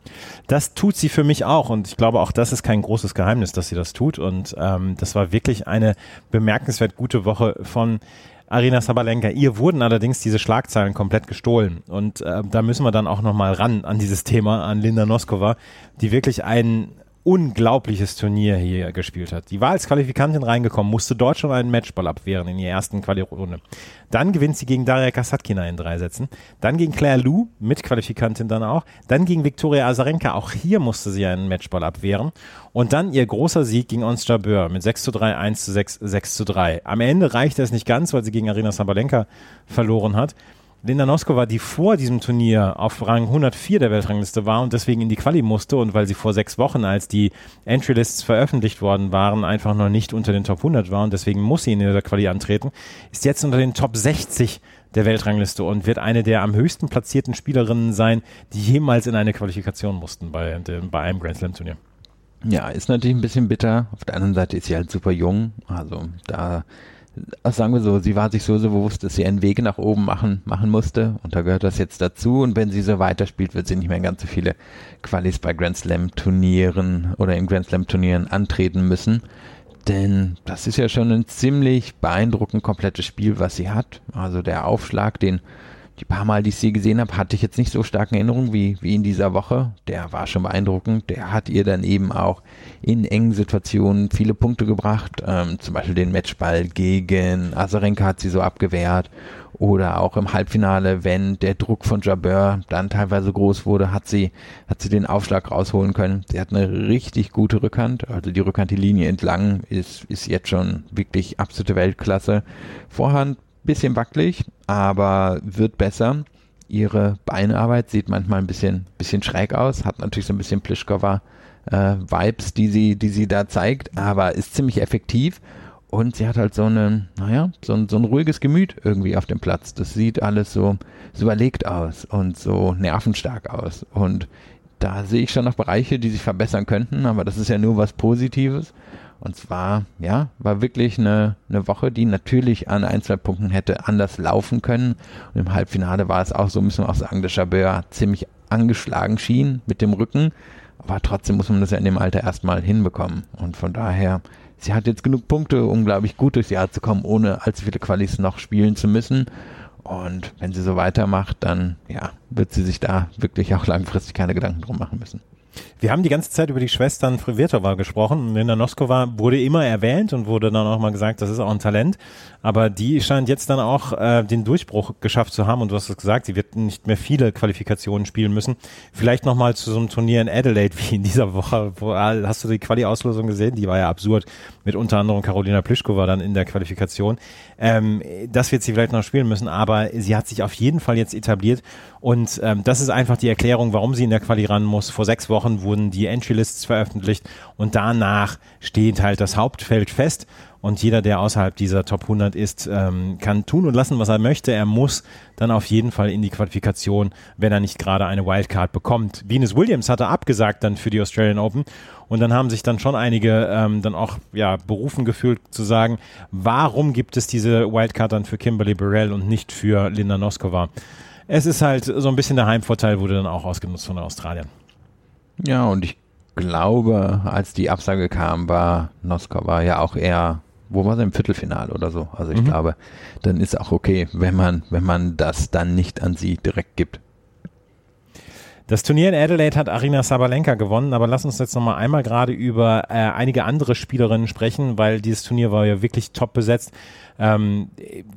Das tut sie für mich auch und ich glaube auch, das ist kein großes Geheimnis, dass sie das tut und ähm, das war wirklich eine bemerkenswert gute Woche von Aryna Sabalenka. Ihr wurden allerdings diese Schlagzeilen komplett gestohlen und äh, da müssen wir dann auch nochmal ran an dieses Thema, an Linda Noskova, die wirklich ein unglaubliches Turnier hier gespielt hat. Die war als Qualifikantin reingekommen, musste dort schon einen Matchball abwehren in ihrer ersten Quali-Runde. Dann gewinnt sie gegen Daria Kasatkina in drei Sätzen. Dann gegen Claire Liu, Mitqualifikantin dann auch. Dann gegen Viktoria Azarenka, auch hier musste sie einen Matchball abwehren. Und dann ihr großer Sieg gegen Ons Jabeur mit sechs zu drei, eins zu sechs, sechs zu drei. Am Ende reichte es nicht ganz, weil sie gegen Aryna Sabalenka verloren hat. Linda Noskova, die vor diesem Turnier auf Rang hundertvier der Weltrangliste war und deswegen in die Quali musste und weil sie vor sechs Wochen, als die Entry-Lists veröffentlicht worden waren, einfach noch nicht unter den Top hundert war und deswegen muss sie in der Quali antreten, ist jetzt unter den Top sechzig der Weltrangliste und wird eine der am höchsten platzierten Spielerinnen sein, die jemals in eine Qualifikation mussten bei, bei einem Grand Slam Turnier. Ja, ist natürlich ein bisschen bitter. Auf der anderen Seite ist sie halt super jung, also da sagen wir so, sie war sich so, so bewusst, dass sie einen Weg nach oben machen, machen musste und da gehört das jetzt dazu und wenn sie so weiterspielt, wird sie nicht mehr ganz so viele Qualis bei Grand Slam Turnieren oder in Grand Slam Turnieren antreten müssen, denn das ist ja schon ein ziemlich beeindruckend komplettes Spiel, was sie hat. Also der Aufschlag, den die paar Mal, die ich sie gesehen habe, hatte ich jetzt nicht so stark in Erinnerung wie, wie in dieser Woche. Der war schon beeindruckend. Der hat ihr dann eben auch in engen Situationen viele Punkte gebracht. Ähm, zum Beispiel den Matchball gegen Azarenka hat sie so abgewehrt. Oder auch im Halbfinale, wenn der Druck von Jabeur dann teilweise groß wurde, hat sie, hat sie den Aufschlag rausholen können. Sie hat eine richtig gute Rückhand. Also die Rückhand, die Linie entlang ist, ist jetzt schon wirklich absolute Weltklasse. Vorhand bisschen wackelig, aber wird besser. Ihre Beinarbeit sieht manchmal ein bisschen, bisschen schräg aus, hat natürlich so ein bisschen Pliskova-Vibes, äh, die sie, die sie da zeigt, aber ist ziemlich effektiv und sie hat halt so eine, naja, so ein, so ein ruhiges Gemüt irgendwie auf dem Platz. Das sieht alles so, so überlegt aus und so nervenstark aus und da sehe ich schon noch Bereiche, die sich verbessern könnten, aber das ist ja nur was Positives. Und zwar, ja, war wirklich eine, eine Woche, die natürlich an ein, zwei Punkten hätte anders laufen können. Und im Halbfinale war es auch so, müssen wir auch sagen, der Jabeur ziemlich angeschlagen schien mit dem Rücken. Aber trotzdem muss man das ja in dem Alter erstmal hinbekommen. Und von daher, sie hat jetzt genug Punkte, um, glaube ich, gut durchs Jahr zu kommen, ohne allzu viele Qualis noch spielen zu müssen. Und wenn sie so weitermacht, dann, ja, wird sie sich da wirklich auch langfristig keine Gedanken drum machen müssen. Wir haben die ganze Zeit über die Schwestern Frivirtova gesprochen. Linda Noskova wurde immer erwähnt und wurde dann auch mal gesagt, das ist auch ein Talent. Aber die scheint jetzt dann auch äh, den Durchbruch geschafft zu haben. Und du hast es gesagt, sie wird nicht mehr viele Qualifikationen spielen müssen. Vielleicht nochmal zu so einem Turnier in Adelaide wie in dieser Woche. Wo, hast du die Quali-Auslosung gesehen? Die war ja absurd. Mit unter anderem Karolina Pliskova dann in der Qualifikation. Ähm, das wird sie vielleicht noch spielen müssen. Aber sie hat sich auf jeden Fall jetzt etabliert. Und ähm, das ist einfach die Erklärung, warum sie in der Quali ran muss. Vor sechs Wochen wurden die Entry-Lists veröffentlicht und danach steht halt das Hauptfeld fest und jeder, der außerhalb dieser Top hundert ist, ähm, kann tun und lassen, was er möchte. Er muss dann auf jeden Fall in die Qualifikation, wenn er nicht gerade eine Wildcard bekommt. Venus Williams hatte abgesagt dann für die Australian Open und dann haben sich dann schon einige ähm, dann auch ja berufen gefühlt zu sagen, warum gibt es diese Wildcard dann für Kimberly Burrell und nicht für Linda Noskova? Es ist halt so ein bisschen der Heimvorteil, wurde dann auch ausgenutzt von den Australiern. Ja, und ich glaube, als die Absage kam, war Noskova ja auch eher, wo war sie, im Viertelfinale oder so. Also ich mhm. glaube, dann ist auch okay, wenn man, wenn man das dann nicht an sie direkt gibt. Das Turnier in Adelaide hat Aryna Sabalenka gewonnen, aber lass uns jetzt nochmal einmal gerade über äh, einige andere Spielerinnen sprechen, weil dieses Turnier war ja wirklich top besetzt. Ähm,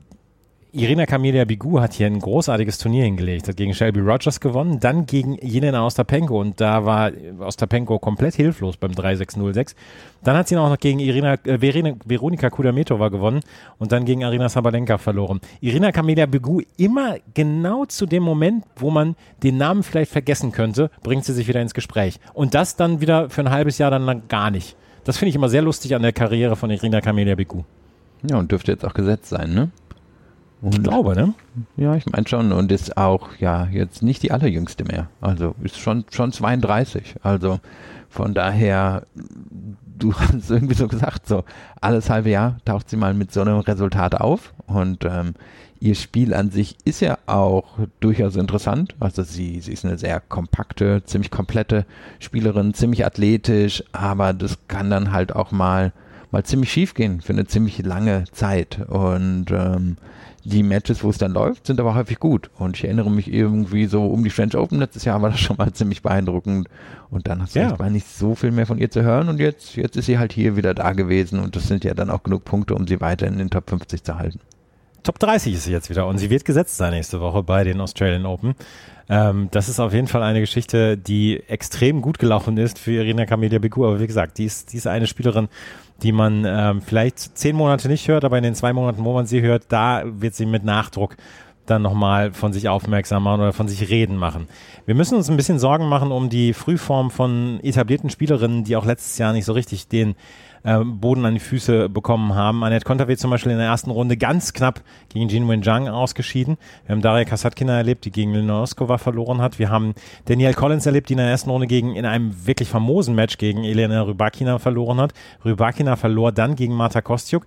Irina Camelia Begu hat hier ein großartiges Turnier hingelegt, hat gegen Shelby Rogers gewonnen, dann gegen Jelena Ostapenko und da war Ostapenko komplett hilflos beim drei sechs null sechs. Dann hat sie auch noch gegen Irina, äh, Verena, Veronika Kudermetova gewonnen und dann gegen Aryna Sabalenka verloren. Irina Camelia Begu immer genau zu dem Moment, wo man den Namen vielleicht vergessen könnte, bringt sie sich wieder ins Gespräch. Und das dann wieder für ein halbes Jahr dann lang gar nicht. Das finde ich immer sehr lustig an der Karriere von Irina Camelia Begu. Ja, und dürfte jetzt auch gesetzt sein, ne? Und ich glaube, ne? Ja, ich meine schon. Und ist auch, ja, jetzt nicht die allerjüngste mehr. Also ist schon, schon zweiunddreißig. Also von daher, du hast es irgendwie so gesagt, so alles halbe Jahr taucht sie mal mit so einem Resultat auf. Und ähm, ihr Spiel an sich ist ja auch durchaus interessant. Also sie, sie ist eine sehr kompakte, ziemlich komplette Spielerin, ziemlich athletisch, aber das kann dann halt auch mal, mal ziemlich schief gehen für eine ziemlich lange Zeit. Und ähm, die Matches, wo es dann läuft, sind aber häufig gut. Und ich erinnere mich irgendwie so um die French Open letztes Jahr war das schon mal ziemlich beeindruckend. Und dann hast du ja nicht so viel mehr von ihr zu hören. Und jetzt, jetzt ist sie halt hier wieder da gewesen. Und das sind ja dann auch genug Punkte, um sie weiter in den Top fünfzig zu halten. Top dreißig ist sie jetzt wieder und sie wird gesetzt sein nächste Woche bei den Australian Open. Ähm, das ist auf jeden Fall eine Geschichte, die extrem gut gelaufen ist für Irina Camelia Begu. Aber wie gesagt, die ist, die ist eine Spielerin, die man ähm, vielleicht zehn Monate nicht hört, aber in den zwei Monaten, wo man sie hört, da wird sie mit Nachdruck dann nochmal von sich aufmerksam machen oder von sich reden machen. Wir müssen uns ein bisschen Sorgen machen um die Frühform von etablierten Spielerinnen, die auch letztes Jahr nicht so richtig den äh, Boden an die Füße bekommen haben. Annette Kontaveit zum Beispiel in der ersten Runde ganz knapp gegen Jinwen Zhang ausgeschieden. Wir haben Daria Kasatkina erlebt, die gegen Linda Noskova verloren hat. Wir haben Danielle Collins erlebt, die in der ersten Runde gegen in einem wirklich famosen Match gegen Elena Rybakina verloren hat. Rybakina verlor dann gegen Marta Kostyuk.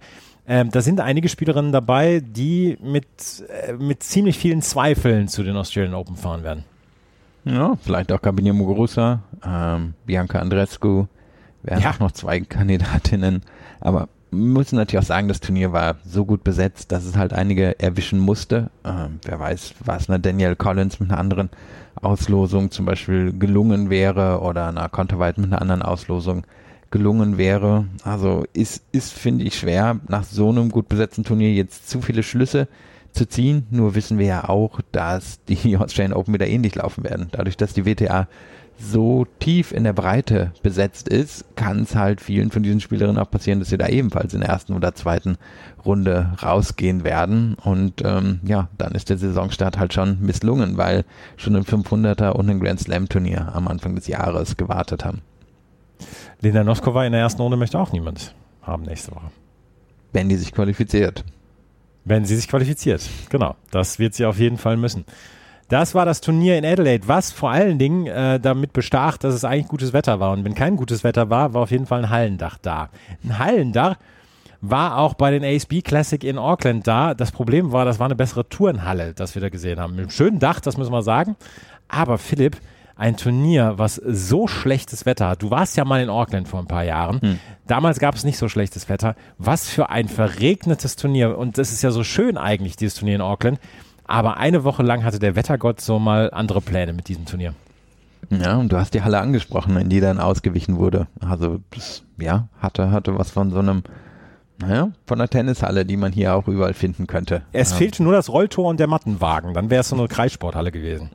Ähm, da sind einige Spielerinnen dabei, die mit, äh, mit ziemlich vielen Zweifeln zu den Australian Open fahren werden. Ja, vielleicht auch Gabina Muguruza, ähm, Bianca Andreescu, wären Ja. auch noch zwei Kandidatinnen. Aber wir müssen natürlich auch sagen, das Turnier war so gut besetzt, dass es halt einige erwischen musste. Ähm, wer weiß, was einer Danielle Collins mit einer anderen Auslosung zum Beispiel gelungen wäre oder einer Konterweit mit einer anderen Auslosung gelungen wäre. Also ist, ist finde ich, schwer, nach so einem gut besetzten Turnier jetzt zu viele Schlüsse zu ziehen. Nur wissen wir ja auch, dass die Australian Open wieder ähnlich laufen werden. Dadurch, dass die W T A so tief in der Breite besetzt ist, kann es halt vielen von diesen Spielerinnen auch passieren, dass sie da ebenfalls in der ersten oder zweiten Runde rausgehen werden. Und ähm, ja, dann ist der Saisonstart halt schon misslungen, weil schon ein fünfhunderter und ein Grand Slam Turnier am Anfang des Jahres gewartet haben. Linda Noskova in der ersten Runde möchte auch niemand haben nächste Woche. Wenn die sich qualifiziert. Wenn sie sich qualifiziert, genau. Das wird sie auf jeden Fall müssen. Das war das Turnier in Adelaide, was vor allen Dingen äh, damit bestach, dass es eigentlich gutes Wetter war. Und wenn kein gutes Wetter war, war auf jeden Fall ein Hallendach da. Ein Hallendach war auch bei den A S B Classic in Auckland da. Das Problem war, das war eine bessere Turnhalle, das wir da gesehen haben. Mit einem schönen Dach, das müssen wir sagen. Aber Philipp, ein Turnier, was so schlechtes Wetter hat. Du warst ja mal in Auckland vor ein paar Jahren. Hm. Damals gab es nicht so schlechtes Wetter. Was für ein verregnetes Turnier. Und das ist ja so schön eigentlich, dieses Turnier in Auckland. Aber eine Woche lang hatte der Wettergott so mal andere Pläne mit diesem Turnier. Ja, und du hast die Halle angesprochen, in die dann ausgewichen wurde. Also das, ja, hatte, hatte was von so einem, naja, von einer Tennishalle, die man hier auch überall finden könnte. Es ja. fehlte nur das Rolltor und der Mattenwagen. Dann wäre es so eine Kreissporthalle gewesen.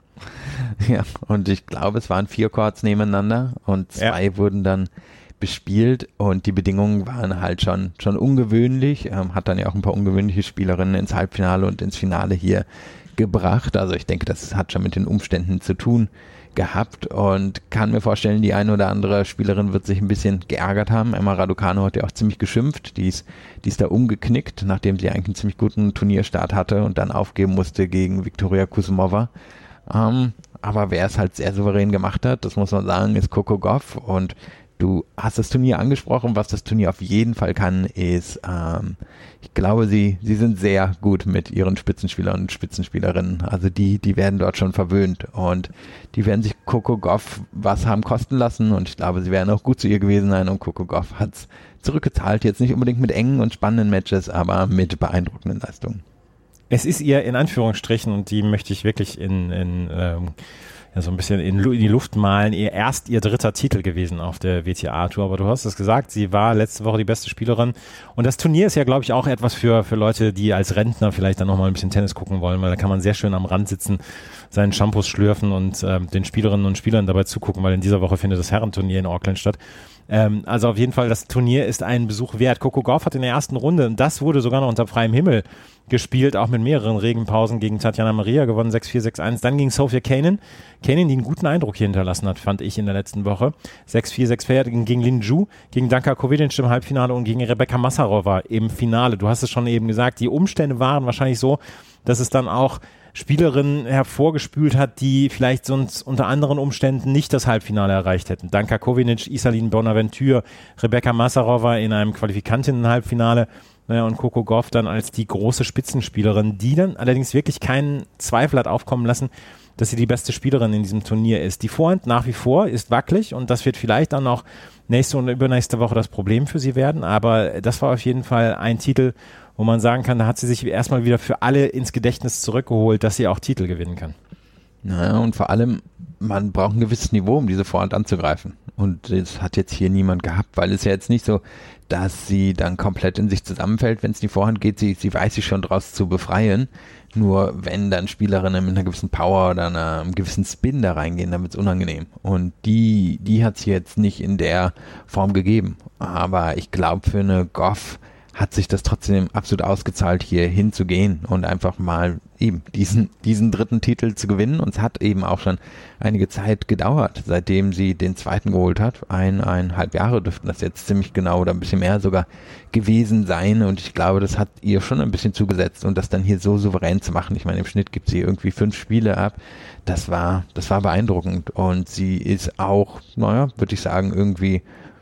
Ja, und ich glaube, es waren vier Courts nebeneinander und zwei ja. wurden dann bespielt und die Bedingungen waren halt schon schon ungewöhnlich, ähm, hat dann ja auch ein paar ungewöhnliche Spielerinnen ins Halbfinale und ins Finale hier gebracht. Also ich denke, das hat schon mit den Umständen zu tun gehabt und kann mir vorstellen, die eine oder andere Spielerin wird sich ein bisschen geärgert haben. Emma Raducanu hat ja auch ziemlich geschimpft, die ist, die ist da umgeknickt, nachdem sie eigentlich einen ziemlich guten Turnierstart hatte und dann aufgeben musste gegen Viktoria Kusimova. Ähm, aber wer es halt sehr souverän gemacht hat, das muss man sagen, ist Coco Gauff und du hast das Turnier angesprochen. Was das Turnier auf jeden Fall kann, ist, ähm, ich glaube, sie, sie sind sehr gut mit ihren Spitzenspielern und Spitzenspielerinnen. Also die, die werden dort schon verwöhnt und die werden sich Coco Gauff was haben kosten lassen und ich glaube, sie werden auch gut zu ihr gewesen sein und Coco Gauff hat es zurückgezahlt. Jetzt nicht unbedingt mit engen und spannenden Matches, aber mit beeindruckenden Leistungen. Es ist ihr in Anführungsstrichen und die möchte ich wirklich in, in ähm ja, so ein bisschen in, in die Luft malen, ihr erst ihr dritter Titel gewesen auf der W T A-Tour, aber du hast es gesagt, sie war letzte Woche die beste Spielerin und das Turnier ist ja, glaube ich, auch etwas für, für Leute, die als Rentner vielleicht dann nochmal ein bisschen Tennis gucken wollen, weil da kann man sehr schön am Rand sitzen, seinen Shampoos schlürfen und äh, den Spielerinnen und Spielern dabei zugucken, weil in dieser Woche findet das Herrenturnier in Auckland statt. Ähm, also auf jeden Fall, das Turnier ist einen Besuch wert. Coco Gauff hat in der ersten Runde, und das wurde sogar noch unter freiem Himmel gespielt, auch mit mehreren Regenpausen gegen Tatjana Maria, gewonnen sechs vier, sechs eins. Dann gegen Sofia Kenin. Kenin, die einen guten Eindruck hier hinterlassen hat, fand ich in der letzten Woche. sechs vier, sechs vier gegen Lin Zhu, gegen Danka Kovinic im Halbfinale und gegen Rebecca Massarova im Finale. Du hast es schon eben gesagt, die Umstände waren wahrscheinlich so, dass es dann auch Spielerinnen hervorgespült hat, die vielleicht sonst unter anderen Umständen nicht das Halbfinale erreicht hätten. Danka Kovinic, Isaline Bonaventure, Rebecca Massarova in einem Qualifikantinnen-Halbfinale, naja, und Coco Gauff dann als die große Spitzenspielerin, die dann allerdings wirklich keinen Zweifel hat aufkommen lassen, dass sie die beste Spielerin in diesem Turnier ist. Die Vorhand nach wie vor ist wackelig und das wird vielleicht dann auch nächste und übernächste Woche das Problem für sie werden, aber das war auf jeden Fall ein Titel, wo man sagen kann, da hat sie sich erstmal wieder für alle ins Gedächtnis zurückgeholt, dass sie auch Titel gewinnen kann. Naja, und vor allem, man braucht ein gewisses Niveau, um diese Vorhand anzugreifen. Und das hat jetzt hier niemand gehabt, weil es ja jetzt nicht so, dass sie dann komplett in sich zusammenfällt, wenn es in die Vorhand geht. Sie, sie weiß sich schon draus zu befreien. Nur wenn dann Spielerinnen mit einer gewissen Power oder einer, einem gewissen Spin da reingehen, dann wird es unangenehm. Und die, die hat es jetzt nicht in der Form gegeben. Aber ich glaube, für eine Gauff hat sich das trotzdem absolut ausgezahlt, hier hinzugehen und einfach mal eben diesen, diesen dritten Titel zu gewinnen. Und es hat eben auch schon einige Zeit gedauert, seitdem sie den zweiten geholt hat. Ein, eineinhalb Jahre dürften das jetzt ziemlich genau oder ein bisschen mehr sogar gewesen sein. Und ich glaube, das hat ihr schon ein bisschen zugesetzt. Und das dann hier so souverän zu machen, ich meine, im Schnitt gibt sie irgendwie fünf Spiele ab. Das war, das war beeindruckend. Und sie ist auch, naja, würde ich sagen, irgendwie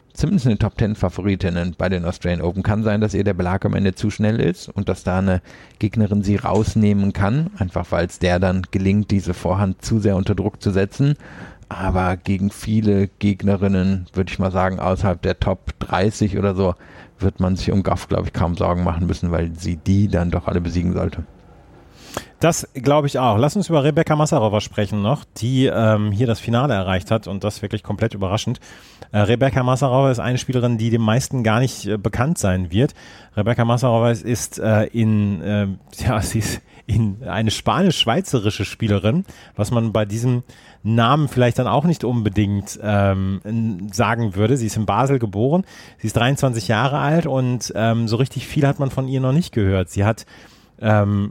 zumindest eine Top Ten Favoritin bei den Australian Open. Kann sein, dass ihr der Belag am Ende zu schnell ist und dass da eine Gegnerin sie rausnehmen kann, einfach weil es der dann gelingt, diese Vorhand zu sehr unter Druck zu setzen. Aber gegen viele Gegnerinnen, würde ich mal sagen, außerhalb der Top dreißig oder so, wird man sich um Gauff, glaube ich, kaum Sorgen machen müssen, weil sie die dann doch alle besiegen sollte. Das glaube ich auch. Lass uns über Rebecca Massarowa sprechen noch, die ähm, hier das Finale erreicht hat und das wirklich komplett überraschend. Äh, Rebecca Massarowa ist eine Spielerin, die dem meisten gar nicht äh, bekannt sein wird. Rebecca Massarowa ist äh, in, äh, ja, sie ist in eine spanisch-schweizerische Spielerin, was man bei diesem Namen vielleicht dann auch nicht unbedingt ähm, sagen würde. Sie ist in Basel geboren, sie ist dreiundzwanzig Jahre alt und ähm, so richtig viel hat man von ihr noch nicht gehört. Sie hat ähm,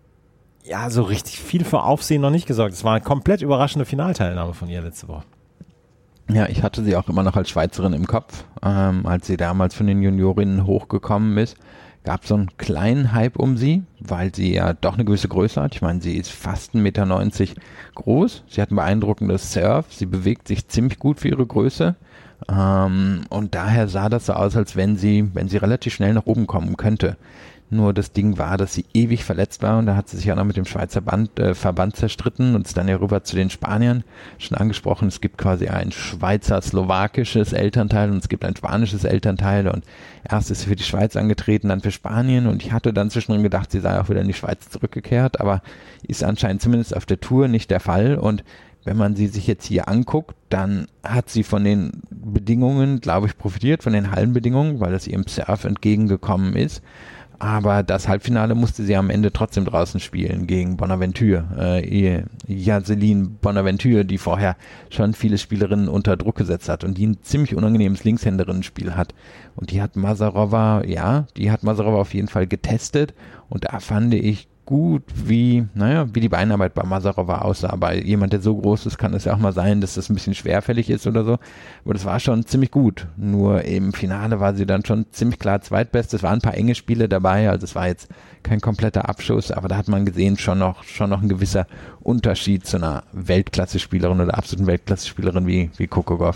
ja so richtig viel für Aufsehen noch nicht gesorgt. Es war eine komplett überraschende Finalteilnahme von ihr letzte Woche. Ja, ich hatte sie auch immer noch als Schweizerin im Kopf, ähm, als sie damals von den Juniorinnen hochgekommen ist. Gab so einen kleinen Hype um sie, weil sie ja doch eine gewisse Größe hat. Ich meine, sie ist fast ein Meter neunzig groß. Sie hat ein beeindruckendes Serve. Sie bewegt sich ziemlich gut für ihre Größe. Ähm, und daher sah das so aus, als wenn sie, wenn sie relativ schnell nach oben kommen könnte. Nur das Ding war, dass sie ewig verletzt war und da hat sie sich auch noch mit dem Schweizer Band, äh, Verband zerstritten und ist dann ja rüber zu den Spaniern. Schon angesprochen, es gibt quasi ein schweizer-slowakisches Elternteil und es gibt ein spanisches Elternteil und erst ist sie für die Schweiz angetreten, dann für Spanien und ich hatte dann zwischendrin gedacht, sie sei auch wieder in die Schweiz zurückgekehrt, aber ist anscheinend zumindest auf der Tour nicht der Fall und wenn man sie sich jetzt hier anguckt, dann hat sie von den Bedingungen, glaube ich, profitiert, von den Hallenbedingungen, weil das ihrem Serve entgegengekommen ist. Aber das Halbfinale musste sie am Ende trotzdem draußen spielen gegen Bonaventure, äh, Yaseline Bonaventure, die vorher schon viele Spielerinnen unter Druck gesetzt hat und die ein ziemlich unangenehmes Linkshänderinnen-Spiel hat. Und die hat Massarowa, ja, die hat Massarowa auf jeden Fall getestet und da fand ich gut, wie, naja, wie die Beinarbeit bei Massarowa aussah. Bei jemand, der so groß ist, kann es ja auch mal sein, dass das ein bisschen schwerfällig ist oder so. Aber das war schon ziemlich gut. Nur im Finale war sie dann schon ziemlich klar zweitbest. Es waren ein paar enge Spiele dabei, also es war jetzt kein kompletter Abschuss, aber da hat man gesehen, schon noch, schon noch ein gewisser Unterschied zu einer Weltklasse-Spielerin oder absoluten Weltklasse-Spielerin wie, wie Coco Gauff.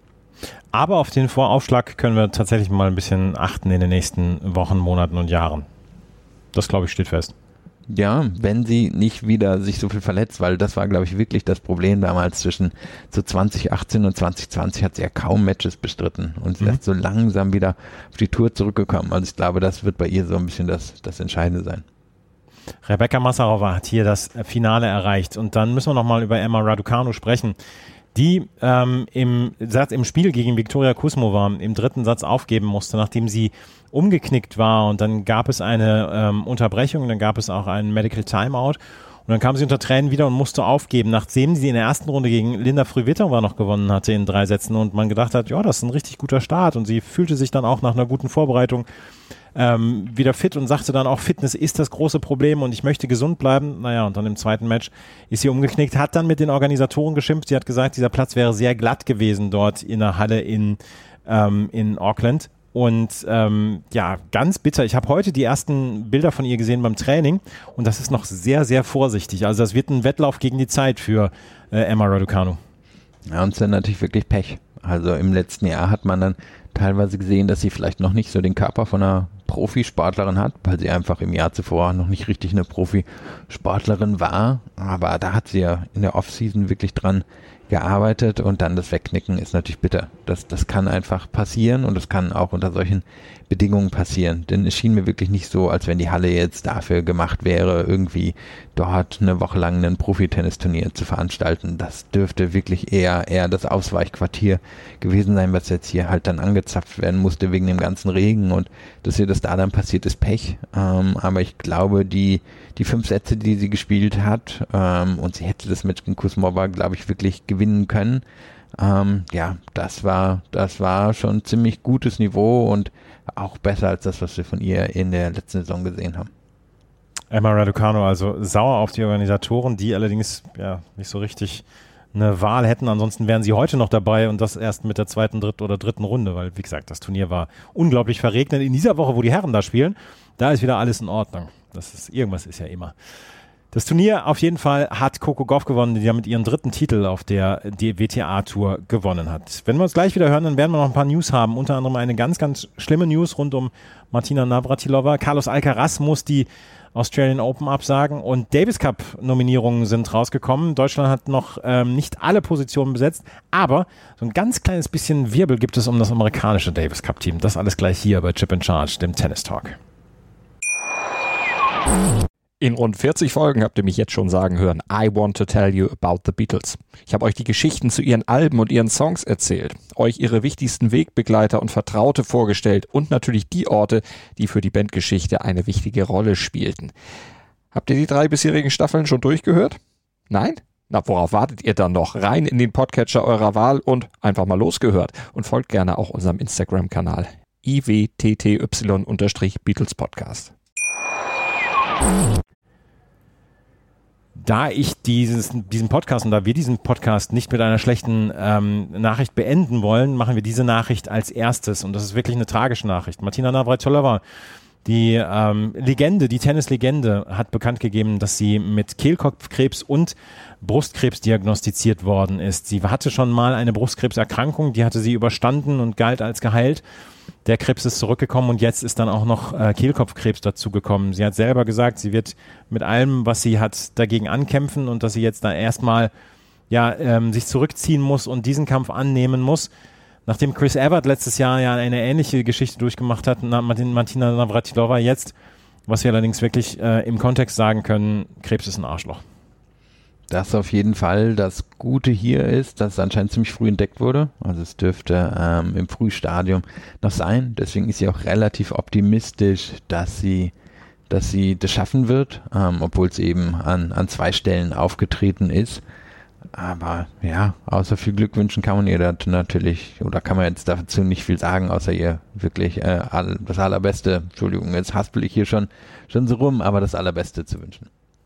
Aber auf den Voraufschlag können wir tatsächlich mal ein bisschen achten in den nächsten Wochen, Monaten und Jahren. Das, glaube ich, steht fest. Ja, wenn sie nicht wieder sich so viel verletzt, weil das war, glaube ich, wirklich das Problem damals zwischen so zwanzig achtzehn und zwanzig zwanzig hat sie ja kaum Matches bestritten und sie mhm. ist so langsam wieder auf die Tour zurückgekommen. Also ich glaube, das wird bei ihr so ein bisschen das, das Entscheidende sein. Rebecca Massarowa hat hier das Finale erreicht und dann müssen wir nochmal über Emma Raducanu sprechen, die ähm, im, im Spiel gegen Viktoria Kušmová im dritten Satz aufgeben musste, nachdem sie umgeknickt war und dann gab es eine ähm, Unterbrechung, dann gab es auch einen Medical Timeout und dann kam sie unter Tränen wieder und musste aufgeben, nachdem sie in der ersten Runde gegen Linda Fruhvirtova noch gewonnen hatte in drei Sätzen und man gedacht hat, ja, das ist ein richtig guter Start und sie fühlte sich dann auch nach einer guten Vorbereitung ähm, wieder fit und sagte dann auch, Fitness ist das große Problem und ich möchte gesund bleiben. Naja, und dann im zweiten Match ist sie umgeknickt, hat dann mit den Organisatoren geschimpft. Sie hat gesagt, dieser Platz wäre sehr glatt gewesen dort in der Halle in, ähm, in Auckland. Und ähm, ja, ganz bitter. Ich habe heute die ersten Bilder von ihr gesehen beim Training und das ist noch sehr, sehr vorsichtig. Also das wird ein Wettlauf gegen die Zeit für äh, Emma Raducanu. Ja, und es ist dann natürlich wirklich Pech. Also im letzten Jahr hat man dann teilweise gesehen, dass sie vielleicht noch nicht so den Körper von einer Profisportlerin hat, weil sie einfach im Jahr zuvor noch nicht richtig eine Profisportlerin war. Aber da hat sie ja in der Offseason wirklich dran gearbeitet und dann das Wegknicken ist natürlich bitter. Das, das kann einfach passieren und das kann auch unter solchen Bedingungen passieren. Denn es schien mir wirklich nicht so, als wenn die Halle jetzt dafür gemacht wäre, irgendwie dort eine Woche lang ein Profi-Tennisturnier zu veranstalten. Das dürfte wirklich eher, eher das Ausweichquartier gewesen sein, was jetzt hier halt dann angezapft werden musste wegen dem ganzen Regen und dass ihr das da dann passiert, ist Pech. Ähm, aber ich glaube, die, die fünf Sätze, die sie gespielt hat, ähm, und sie hätte das Match gegen Kušmová, glaube ich, wirklich gewinnen können. Ähm, ja, das war, das war schon ein ziemlich gutes Niveau und auch besser als das, was wir von ihr in der letzten Saison gesehen haben. Emma Raducanu, also sauer auf die Organisatoren, die allerdings ja nicht so richtig eine Wahl hätten. Ansonsten wären sie heute noch dabei und das erst mit der zweiten, dritten oder dritten Runde, weil, wie gesagt, das Turnier war unglaublich verregnet. In dieser Woche, wo die Herren da spielen, da ist wieder alles in Ordnung. Das ist, irgendwas ist ja immer. Das Turnier auf jeden Fall hat Coco Gauff gewonnen, die damit ihren dritten Titel auf der W T A-Tour gewonnen hat. Wenn wir uns gleich wieder hören, dann werden wir noch ein paar News haben, unter anderem eine ganz, ganz schlimme News rund um Martina Navratilova. Carlos Alcaraz muss die Australian Open absagen und Davis Cup Nominierungen sind rausgekommen. Deutschland hat noch ähm, nicht alle Positionen besetzt, aber so ein ganz kleines bisschen Wirbel gibt es um das amerikanische Davis Cup Team. Das alles gleich hier bei Chip in Charge, dem Tennis Talk. In rund vierzig Folgen habt ihr mich jetzt schon sagen hören, I want to tell you about the Beatles. Ich habe euch die Geschichten zu ihren Alben und ihren Songs erzählt, euch ihre wichtigsten Wegbegleiter und Vertraute vorgestellt und natürlich die Orte, die für die Bandgeschichte eine wichtige Rolle spielten. Habt ihr die drei bisherigen Staffeln schon durchgehört? Nein? Na, worauf wartet ihr dann noch? Rein in den Podcatcher eurer Wahl und einfach mal losgehört. Und folgt gerne auch unserem Instagram-Kanal I W T T Y-Beatles Podcast. Da ich dieses, diesen Podcast und da wir diesen Podcast nicht mit einer schlechten ähm, Nachricht beenden wollen, machen wir diese Nachricht als erstes. Und das ist wirklich eine tragische Nachricht. Martina Navratilova, die ähm, Legende, die Tennislegende, hat bekannt gegeben, dass sie mit Kehlkopfkrebs und Brustkrebs diagnostiziert worden ist. Sie hatte schon mal eine Brustkrebserkrankung, die hatte sie überstanden und galt als geheilt. Der Krebs ist zurückgekommen und jetzt ist dann auch noch äh, Kehlkopfkrebs dazugekommen. Sie hat selber gesagt, sie wird mit allem, was sie hat, dagegen ankämpfen und dass sie jetzt da erstmal ja, ähm, sich zurückziehen muss und diesen Kampf annehmen muss. Nachdem Chris Evert letztes Jahr ja eine ähnliche Geschichte durchgemacht hat, Martina Navratilova jetzt, was wir allerdings wirklich äh, im Kontext sagen können, Krebs ist ein Arschloch. Das auf jeden Fall. Das Gute hier ist, dass es anscheinend ziemlich früh entdeckt wurde. Also es dürfte ähm, im Frühstadium noch sein. Deswegen ist sie auch relativ optimistisch, dass sie, dass sie das schaffen wird, ähm, obwohl es eben an, an zwei Stellen aufgetreten ist. Aber ja, außer viel Glück wünschen kann man ihr das natürlich, oder kann man jetzt dazu nicht viel sagen, außer ihr wirklich äh, all, das Allerbeste, Entschuldigung, jetzt haspel ich hier schon, schon so rum, aber das Allerbeste zu wünschen.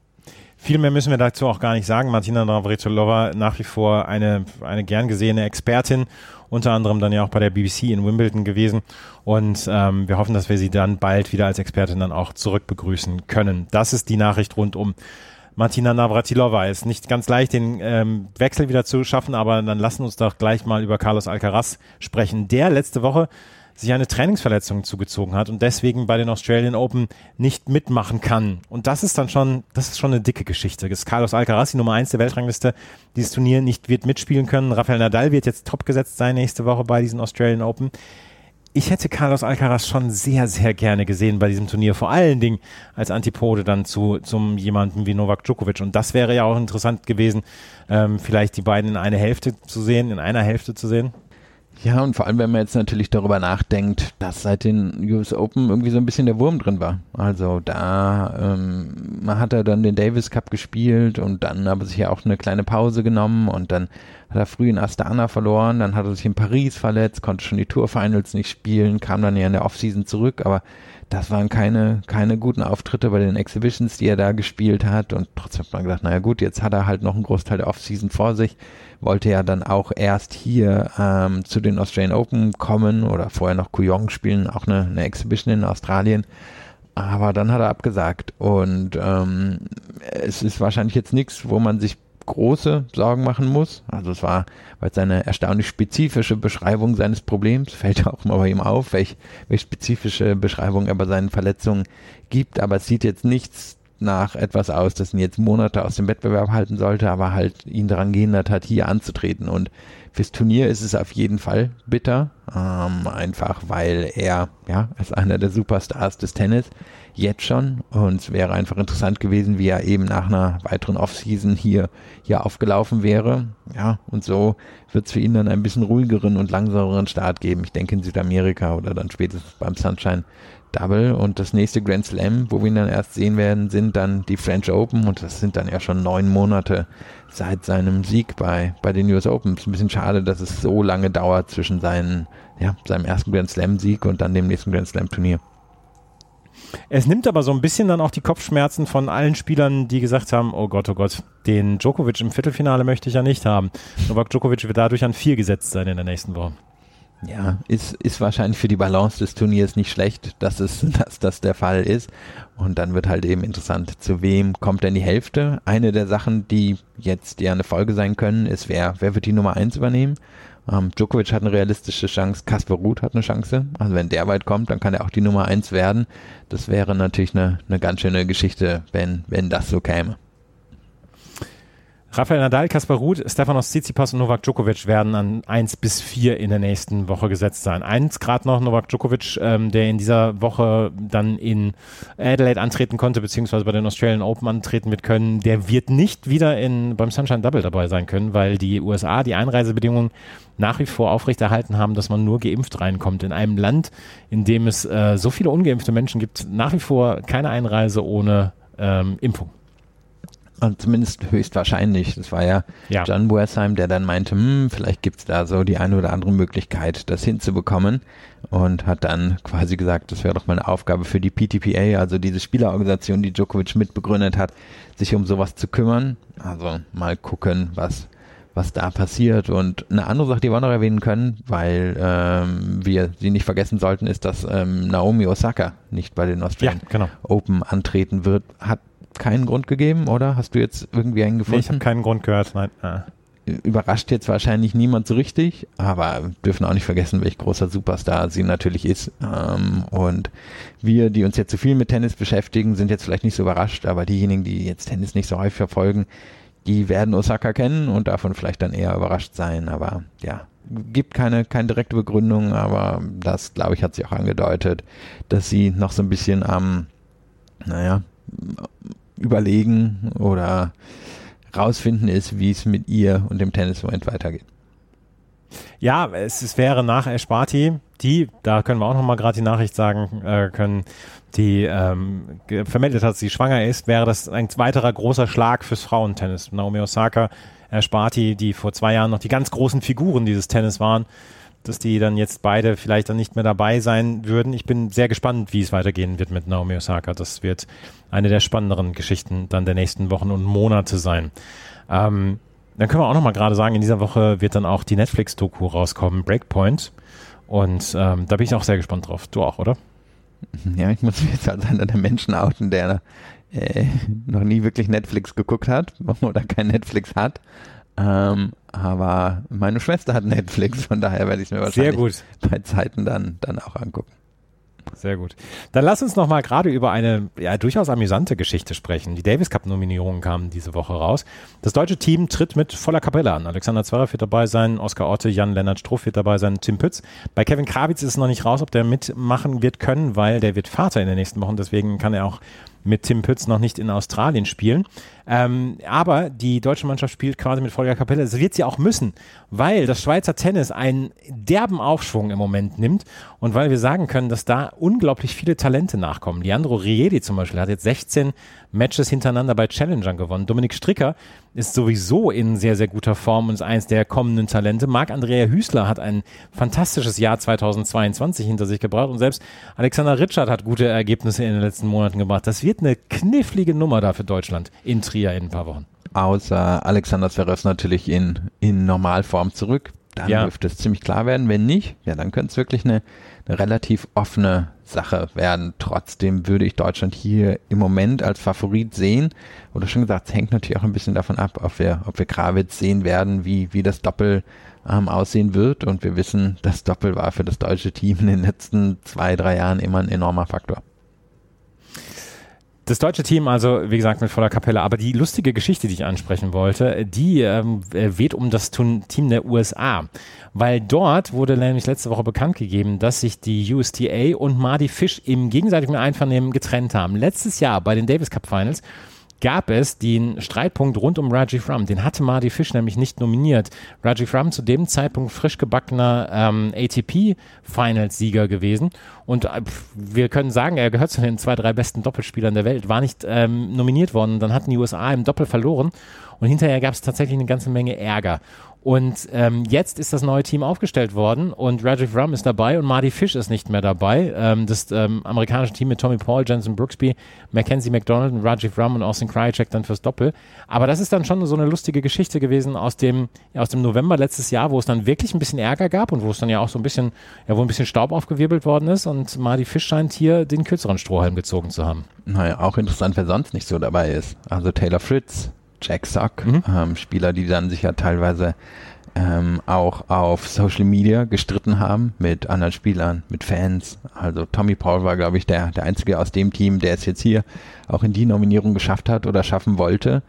Viel mehr müssen wir dazu auch gar nicht sagen. Martina Navratilova nach wie vor eine, eine gern gesehene Expertin, unter anderem dann ja auch bei der B B C in Wimbledon gewesen. Und ähm, wir hoffen, dass wir sie dann bald wieder als Expertin dann auch zurück begrüßen können. Das ist die Nachricht rund um Martina Navratilova. Ist nicht ganz leicht, den ähm, Wechsel wieder zu schaffen, aber dann lassen uns doch gleich mal über Carlos Alcaraz sprechen, der letzte Woche sich eine Trainingsverletzung zugezogen hat und deswegen bei den Australian Open nicht mitmachen kann. Und das ist dann schon, das ist schon eine dicke Geschichte. Das ist Carlos Alcaraz, die Nummer eins der Weltrangliste, dieses Turnier nicht wird mitspielen können. Rafael Nadal wird jetzt top gesetzt sein nächste Woche bei diesen Australian Open. Ich hätte Carlos Alcaraz schon sehr, sehr gerne gesehen bei diesem Turnier, vor allen Dingen als Antipode dann zu zum jemanden wie Novak Djokovic. Und das wäre ja auch interessant gewesen, ähm, vielleicht die beiden in eine Hälfte zu sehen, in einer Hälfte zu sehen. Ja, und vor allem, wenn man jetzt natürlich darüber nachdenkt, dass seit den U S Open irgendwie so ein bisschen der Wurm drin war. Also da ähm, man hat er dann den Davis Cup gespielt und dann aber sich ja auch eine kleine Pause genommen und dann hat er früh in Astana verloren, dann hat er sich in Paris verletzt, konnte schon die Tour Finals nicht spielen, kam dann ja in der Offseason zurück, aber das waren keine, keine guten Auftritte bei den Exhibitions, die er da gespielt hat und trotzdem hat man gedacht, naja gut, jetzt hat er halt noch einen Großteil der Offseason vor sich, wollte ja dann auch erst hier ähm, zu den Australian Open kommen oder vorher noch Kooyong spielen, auch eine, eine Exhibition in Australien, aber dann hat er abgesagt und ähm, es ist wahrscheinlich jetzt nichts, wo man sich große Sorgen machen muss. Also es war, weil es eine erstaunlich spezifische Beschreibung seines Problems, fällt auch mal bei ihm auf, welche, welche spezifische Beschreibung er bei seinen Verletzungen gibt, aber es sieht jetzt nichts nach etwas aus, das ihn jetzt Monate aus dem Wettbewerb halten sollte, aber halt ihn daran gehindert hat, hier anzutreten. Und fürs Turnier ist es auf jeden Fall bitter, ähm, einfach weil er, ja, ist einer der Superstars des Tennis, jetzt schon, und es wäre einfach interessant gewesen, wie er eben nach einer weiteren Offseason hier, hier aufgelaufen wäre, ja, und so wird es für ihn dann ein bisschen ruhigeren und langsameren Start geben, ich denke in Südamerika oder dann spätestens beim Sunshine Double, und das nächste Grand Slam, wo wir ihn dann erst sehen werden, sind dann die French Open, und das sind dann ja schon neun Monate seit seinem Sieg bei, bei den U S Open. Es ist ein bisschen schade, dass es so lange dauert zwischen seinen, ja, seinem ersten Grand Slam Sieg und dann dem nächsten Grand Slam Turnier. Es nimmt aber so ein bisschen dann auch die Kopfschmerzen von allen Spielern, die gesagt haben, oh Gott, oh Gott, den Djokovic im Viertelfinale möchte ich ja nicht haben. Novak Djokovic wird dadurch an vier gesetzt sein in der nächsten Woche. Ja, ist, ist wahrscheinlich für die Balance des Turniers nicht schlecht, dass es, dass das der Fall ist. Und dann wird halt eben interessant, zu wem kommt denn die Hälfte? Eine der Sachen, die jetzt ja eine Folge sein können, ist, wer, wer wird die Nummer eins übernehmen? Ähm, Djokovic hat eine realistische Chance, Casper Ruud hat eine Chance. Also wenn der weit kommt, dann kann er auch die Nummer eins werden. Das wäre natürlich eine, eine ganz schöne Geschichte, wenn, wenn das so käme. Rafael Nadal, Casper Ruud, Stefanos Tsitsipas und Novak Djokovic werden an eins bis vier in der nächsten Woche gesetzt sein. Eins gerade noch, Novak Djokovic, ähm, der in dieser Woche dann in Adelaide antreten konnte, beziehungsweise bei den Australian Open antreten wird können, der wird nicht wieder in, beim Sunshine Double dabei sein können, weil die U S A die Einreisebedingungen nach wie vor aufrechterhalten haben, dass man nur geimpft reinkommt. In einem Land, in dem es äh, so viele ungeimpfte Menschen gibt, nach wie vor keine Einreise ohne ähm, Impfung. Und zumindest höchstwahrscheinlich. Das war ja, ja. John Boersheim, der dann meinte, hm, vielleicht gibt's da so die eine oder andere Möglichkeit, das hinzubekommen, und hat dann quasi gesagt, das wäre doch mal eine Aufgabe für die P T P A, also diese Spielerorganisation, die Djokovic mitbegründet hat, sich um sowas zu kümmern. Also mal gucken, was was da passiert. Und eine andere Sache, die wir auch noch erwähnen können, weil ähm, wir sie nicht vergessen sollten, ist, dass ähm, Naomi Osaka nicht bei den Australian ja, genau. Open antreten wird. Hat keinen Grund gegeben, oder? Hast du jetzt irgendwie einen gefunden? Nee, ich habe keinen Grund gehört, nein. Ah. Überrascht jetzt wahrscheinlich niemand so richtig, aber wir dürfen auch nicht vergessen, welch großer Superstar sie natürlich ist. Ähm, und wir, die uns jetzt so viel mit Tennis beschäftigen, sind jetzt vielleicht nicht so überrascht, aber diejenigen, die jetzt Tennis nicht so häufig verfolgen, die werden Osaka kennen und davon vielleicht dann eher überrascht sein. Aber ja, gibt keine, keine direkte Begründung, aber das, glaube ich, hat sie auch angedeutet, dass sie noch so ein bisschen am, naja, überlegen oder rausfinden ist, wie es mit ihr und dem Tennis im Moment weitergeht. Ja, es, es wäre nach Esparti, die, da können wir auch nochmal gerade die Nachricht sagen äh, können, die ähm, vermeldet hat, dass sie schwanger ist, wäre das ein weiterer großer Schlag fürs Frauentennis. Naomi Osaka, Esparti, die vor zwei Jahren noch die ganz großen Figuren dieses Tennis waren, dass die dann jetzt beide vielleicht dann nicht mehr dabei sein würden. Ich bin sehr gespannt, wie es weitergehen wird mit Naomi Osaka. Das wird eine der spannenderen Geschichten dann der nächsten Wochen und Monate sein. Ähm, dann können wir auch noch mal gerade sagen, in dieser Woche wird dann auch die Netflix-Doku rauskommen, Breakpoint. Und ähm, da bin ich auch sehr gespannt drauf. Du auch, oder? Ja, ich muss mich jetzt als einer der Menschen outen, der äh, noch nie wirklich Netflix geguckt hat oder kein Netflix hat. Ähm, aber meine Schwester hat Netflix, von daher werde ich es mir wahrscheinlich Sehr gut. bei Zeiten dann, dann auch angucken. Sehr gut. Dann lass uns noch mal gerade über eine ja, durchaus amüsante Geschichte sprechen. Die Davis Cup Nominierungen kamen diese Woche raus. Das deutsche Team tritt mit voller Kapelle an. Alexander Zverev wird dabei sein, Oskar Otte, Jan-Lennart Struff wird dabei sein, Tim Pütz. Bei Kevin Krawitz ist es noch nicht raus, ob der mitmachen wird können, weil der wird Vater in den nächsten Wochen. Deswegen kann er auch mit Tim Pütz noch nicht in Australien spielen. Ähm, aber die deutsche Mannschaft spielt quasi mit voller Kapelle. Das wird sie auch müssen, weil das Schweizer Tennis einen derben Aufschwung im Moment nimmt und weil wir sagen können, dass da unglaublich viele Talente nachkommen. Leandro Riedi zum Beispiel hat jetzt sechzehn Matches hintereinander bei Challengern gewonnen. Dominik Stricker ist sowieso in sehr, sehr guter Form und ist eins der kommenden Talente. Marc-Andrea Hüßler hat ein fantastisches Jahr zweitausendzweiundzwanzig hinter sich gebracht und selbst Alexander Ritschard hat gute Ergebnisse in den letzten Monaten gebracht. Das wird eine knifflige Nummer da für Deutschland in Trier in ein paar Wochen. Außer Alexander Zverev natürlich in, in Normalform zurück. Dann ja. dürfte es ziemlich klar werden. Wenn nicht, ja, dann könnte es wirklich eine, eine relativ offene Sache werden. Trotzdem würde ich Deutschland hier im Moment als Favorit sehen. Oder schon gesagt, es hängt natürlich auch ein bisschen davon ab, ob wir, ob wir Krawitz sehen werden, wie, wie das Doppel ähm, aussehen wird. Und wir wissen, das Doppel war für das deutsche Team in den letzten zwei, drei Jahren immer ein enormer Faktor. Das deutsche Team, also wie gesagt, mit voller Kapelle. Aber die lustige Geschichte, die ich ansprechen wollte, die ähm, weht um das Team der U S A. Weil dort wurde nämlich letzte Woche bekannt gegeben, dass sich die U S T A und Mardy Fish im gegenseitigen Einvernehmen getrennt haben. Letztes Jahr bei den Davis Cup Finals gab es den Streitpunkt rund um Rajiv Ram. Den hatte Mardy Fish nämlich nicht nominiert. Rajiv Ram zu dem Zeitpunkt frisch gebackener ähm, A T P-Finals-Sieger gewesen. Und äh, wir können sagen, er gehört zu den zwei, drei besten Doppelspielern der Welt. War nicht ähm, nominiert worden. Dann hatten die U S A im Doppel verloren. Und hinterher gab es tatsächlich eine ganze Menge Ärger. Und ähm, jetzt ist das neue Team aufgestellt worden und Rajiv Ram ist dabei und Marty Fish ist nicht mehr dabei. Ähm, das ähm, amerikanische Team mit Tommy Paul, Jensen Brooksby, Mackenzie McDonald und Rajiv Ram und Austin Krajicek dann fürs Doppel. Aber das ist dann schon so eine lustige Geschichte gewesen aus dem, ja, aus dem November letztes Jahr, wo es dann wirklich ein bisschen Ärger gab und wo es dann ja auch so ein bisschen, ja, wo ein bisschen Staub aufgewirbelt worden ist und Marty Fish scheint hier den kürzeren Strohhalm gezogen zu haben. Naja, auch interessant, wer sonst nicht so dabei ist. Also Taylor Fritz, Jack Sock, mhm. ähm, Spieler, die dann sich ja teilweise ähm, auch auf Social Media gestritten haben mit anderen Spielern, mit Fans. Also Tommy Paul war, glaube ich, der, der Einzige aus dem Team, der es jetzt hier auch in die Nominierung geschafft hat oder schaffen wollte.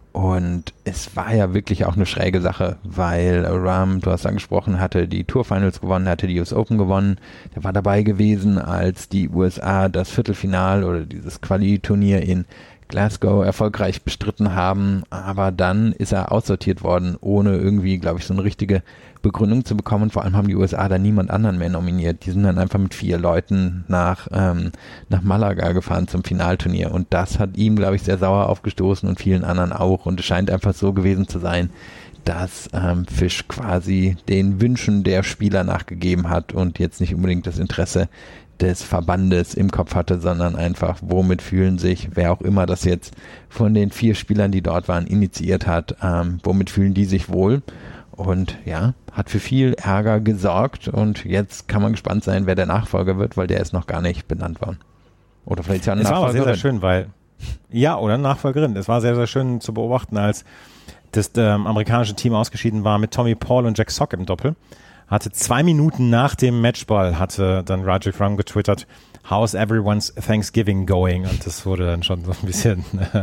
Und es war ja wirklich auch eine schräge Sache, weil Ram, du hast angesprochen, hatte die Tour Finals gewonnen, hatte die U S Open gewonnen. Der war dabei gewesen, als die U S A das Viertelfinal oder dieses Quali-Turnier in Glasgow erfolgreich bestritten haben, aber dann ist er aussortiert worden, ohne irgendwie, glaube ich, so eine richtige Begründung zu bekommen. Vor allem haben die U S A da niemand anderen mehr nominiert. Die sind dann einfach mit vier Leuten nach, ähm, nach Malaga gefahren zum Finalturnier und das hat ihm, glaube ich, sehr sauer aufgestoßen und vielen anderen auch und es scheint einfach so gewesen zu sein, dass ähm, Fish quasi den Wünschen der Spieler nachgegeben hat und jetzt nicht unbedingt das Interesse des Verbandes im Kopf hatte, sondern einfach, womit fühlen sich, wer auch immer das jetzt von den vier Spielern, die dort waren, initiiert hat, ähm, womit fühlen die sich wohl und ja, hat für viel Ärger gesorgt und jetzt kann man gespannt sein, wer der Nachfolger wird, weil der ist noch gar nicht benannt worden. Oder vielleicht ja eine es Nachfolgerin. Es war aber sehr, sehr schön, weil, ja, oder eine Nachfolgerin. Es war sehr, sehr schön zu beobachten, als das ähm, amerikanische Team ausgeschieden war mit Tommy Paul und Jack Sock im Doppel. Hatte zwei Minuten nach dem Matchball, hatte dann Rajiv Ram getwittert, how's everyone's Thanksgiving going? Und das wurde dann schon so ein bisschen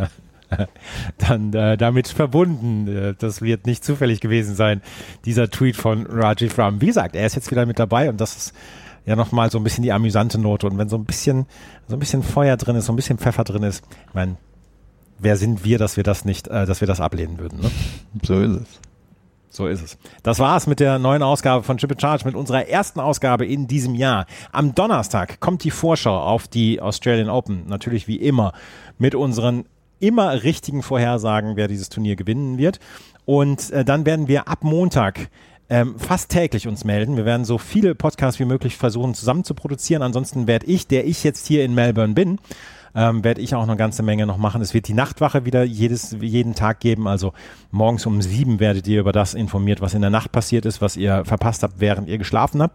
äh, dann äh, damit verbunden. Äh, das wird nicht zufällig gewesen sein, dieser Tweet von Rajiv Ram. Wie gesagt, er ist jetzt wieder mit dabei und das ist ja nochmal so ein bisschen die amüsante Note. Und wenn so ein bisschen, so ein bisschen Feuer drin ist, so ein bisschen Pfeffer drin ist, ich meine, wer sind wir, dass wir das nicht, äh, dass wir das ablehnen würden, ne? So ist es. So ist es. Das war's mit der neuen Ausgabe von Chip and Charge, mit unserer ersten Ausgabe in diesem Jahr. Am Donnerstag kommt die Vorschau auf die Australian Open. Natürlich wie immer mit unseren immer richtigen Vorhersagen, wer dieses Turnier gewinnen wird. Und äh, dann werden wir ab Montag ähm, fast täglich uns melden. Wir werden so viele Podcasts wie möglich versuchen zusammen zu produzieren. Ansonsten werde ich, der ich jetzt hier in Melbourne bin, Ähm, werde ich auch eine ganze Menge noch machen. Es wird die Nachtwache wieder jedes, jeden Tag geben, also morgens um sieben werdet ihr über das informiert, was in der Nacht passiert ist, was ihr verpasst habt, während ihr geschlafen habt.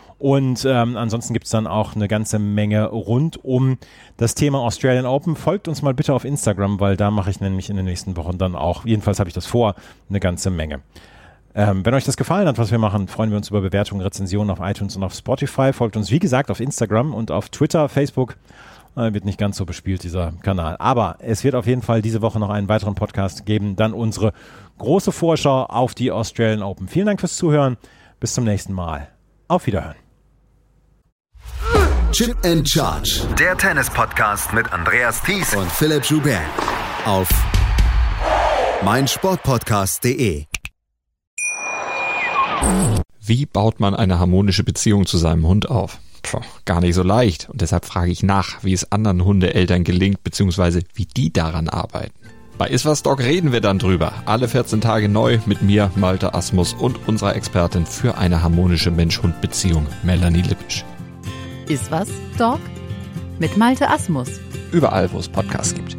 Und ähm, ansonsten gibt es dann auch eine ganze Menge rund um das Thema Australian Open. Folgt uns mal bitte auf Instagram, weil da mache ich nämlich in den nächsten Wochen dann auch, jedenfalls habe ich das vor, eine ganze Menge. Ähm, wenn euch das gefallen hat, was wir machen, freuen wir uns über Bewertungen, Rezensionen auf iTunes und auf Spotify. Folgt uns, wie gesagt, auf Instagram und auf Twitter, Facebook. Wird nicht ganz so bespielt, dieser Kanal. Aber es wird auf jeden Fall diese Woche noch einen weiteren Podcast geben. Dann unsere große Vorschau auf die Australian Open. Vielen Dank fürs Zuhören. Bis zum nächsten Mal. Auf Wiederhören. Chip and Charge. Der Tennis-Podcast mit Andreas Thies Und Philipp Joubert. Auf meinsportpodcast punkt de. Wie baut man eine harmonische Beziehung zu seinem Hund auf? Puh, gar nicht so leicht. Und deshalb frage ich nach, wie es anderen Hundeeltern gelingt, beziehungsweise wie die daran arbeiten. Bei Iswas Dog reden wir dann drüber. Alle vierzehn Tage neu mit mir, Malte Asmus und unserer Expertin für eine harmonische Mensch-Hund-Beziehung, Melanie Lippisch. Iswas Dog mit Malte Asmus. Überall, wo es Podcasts gibt.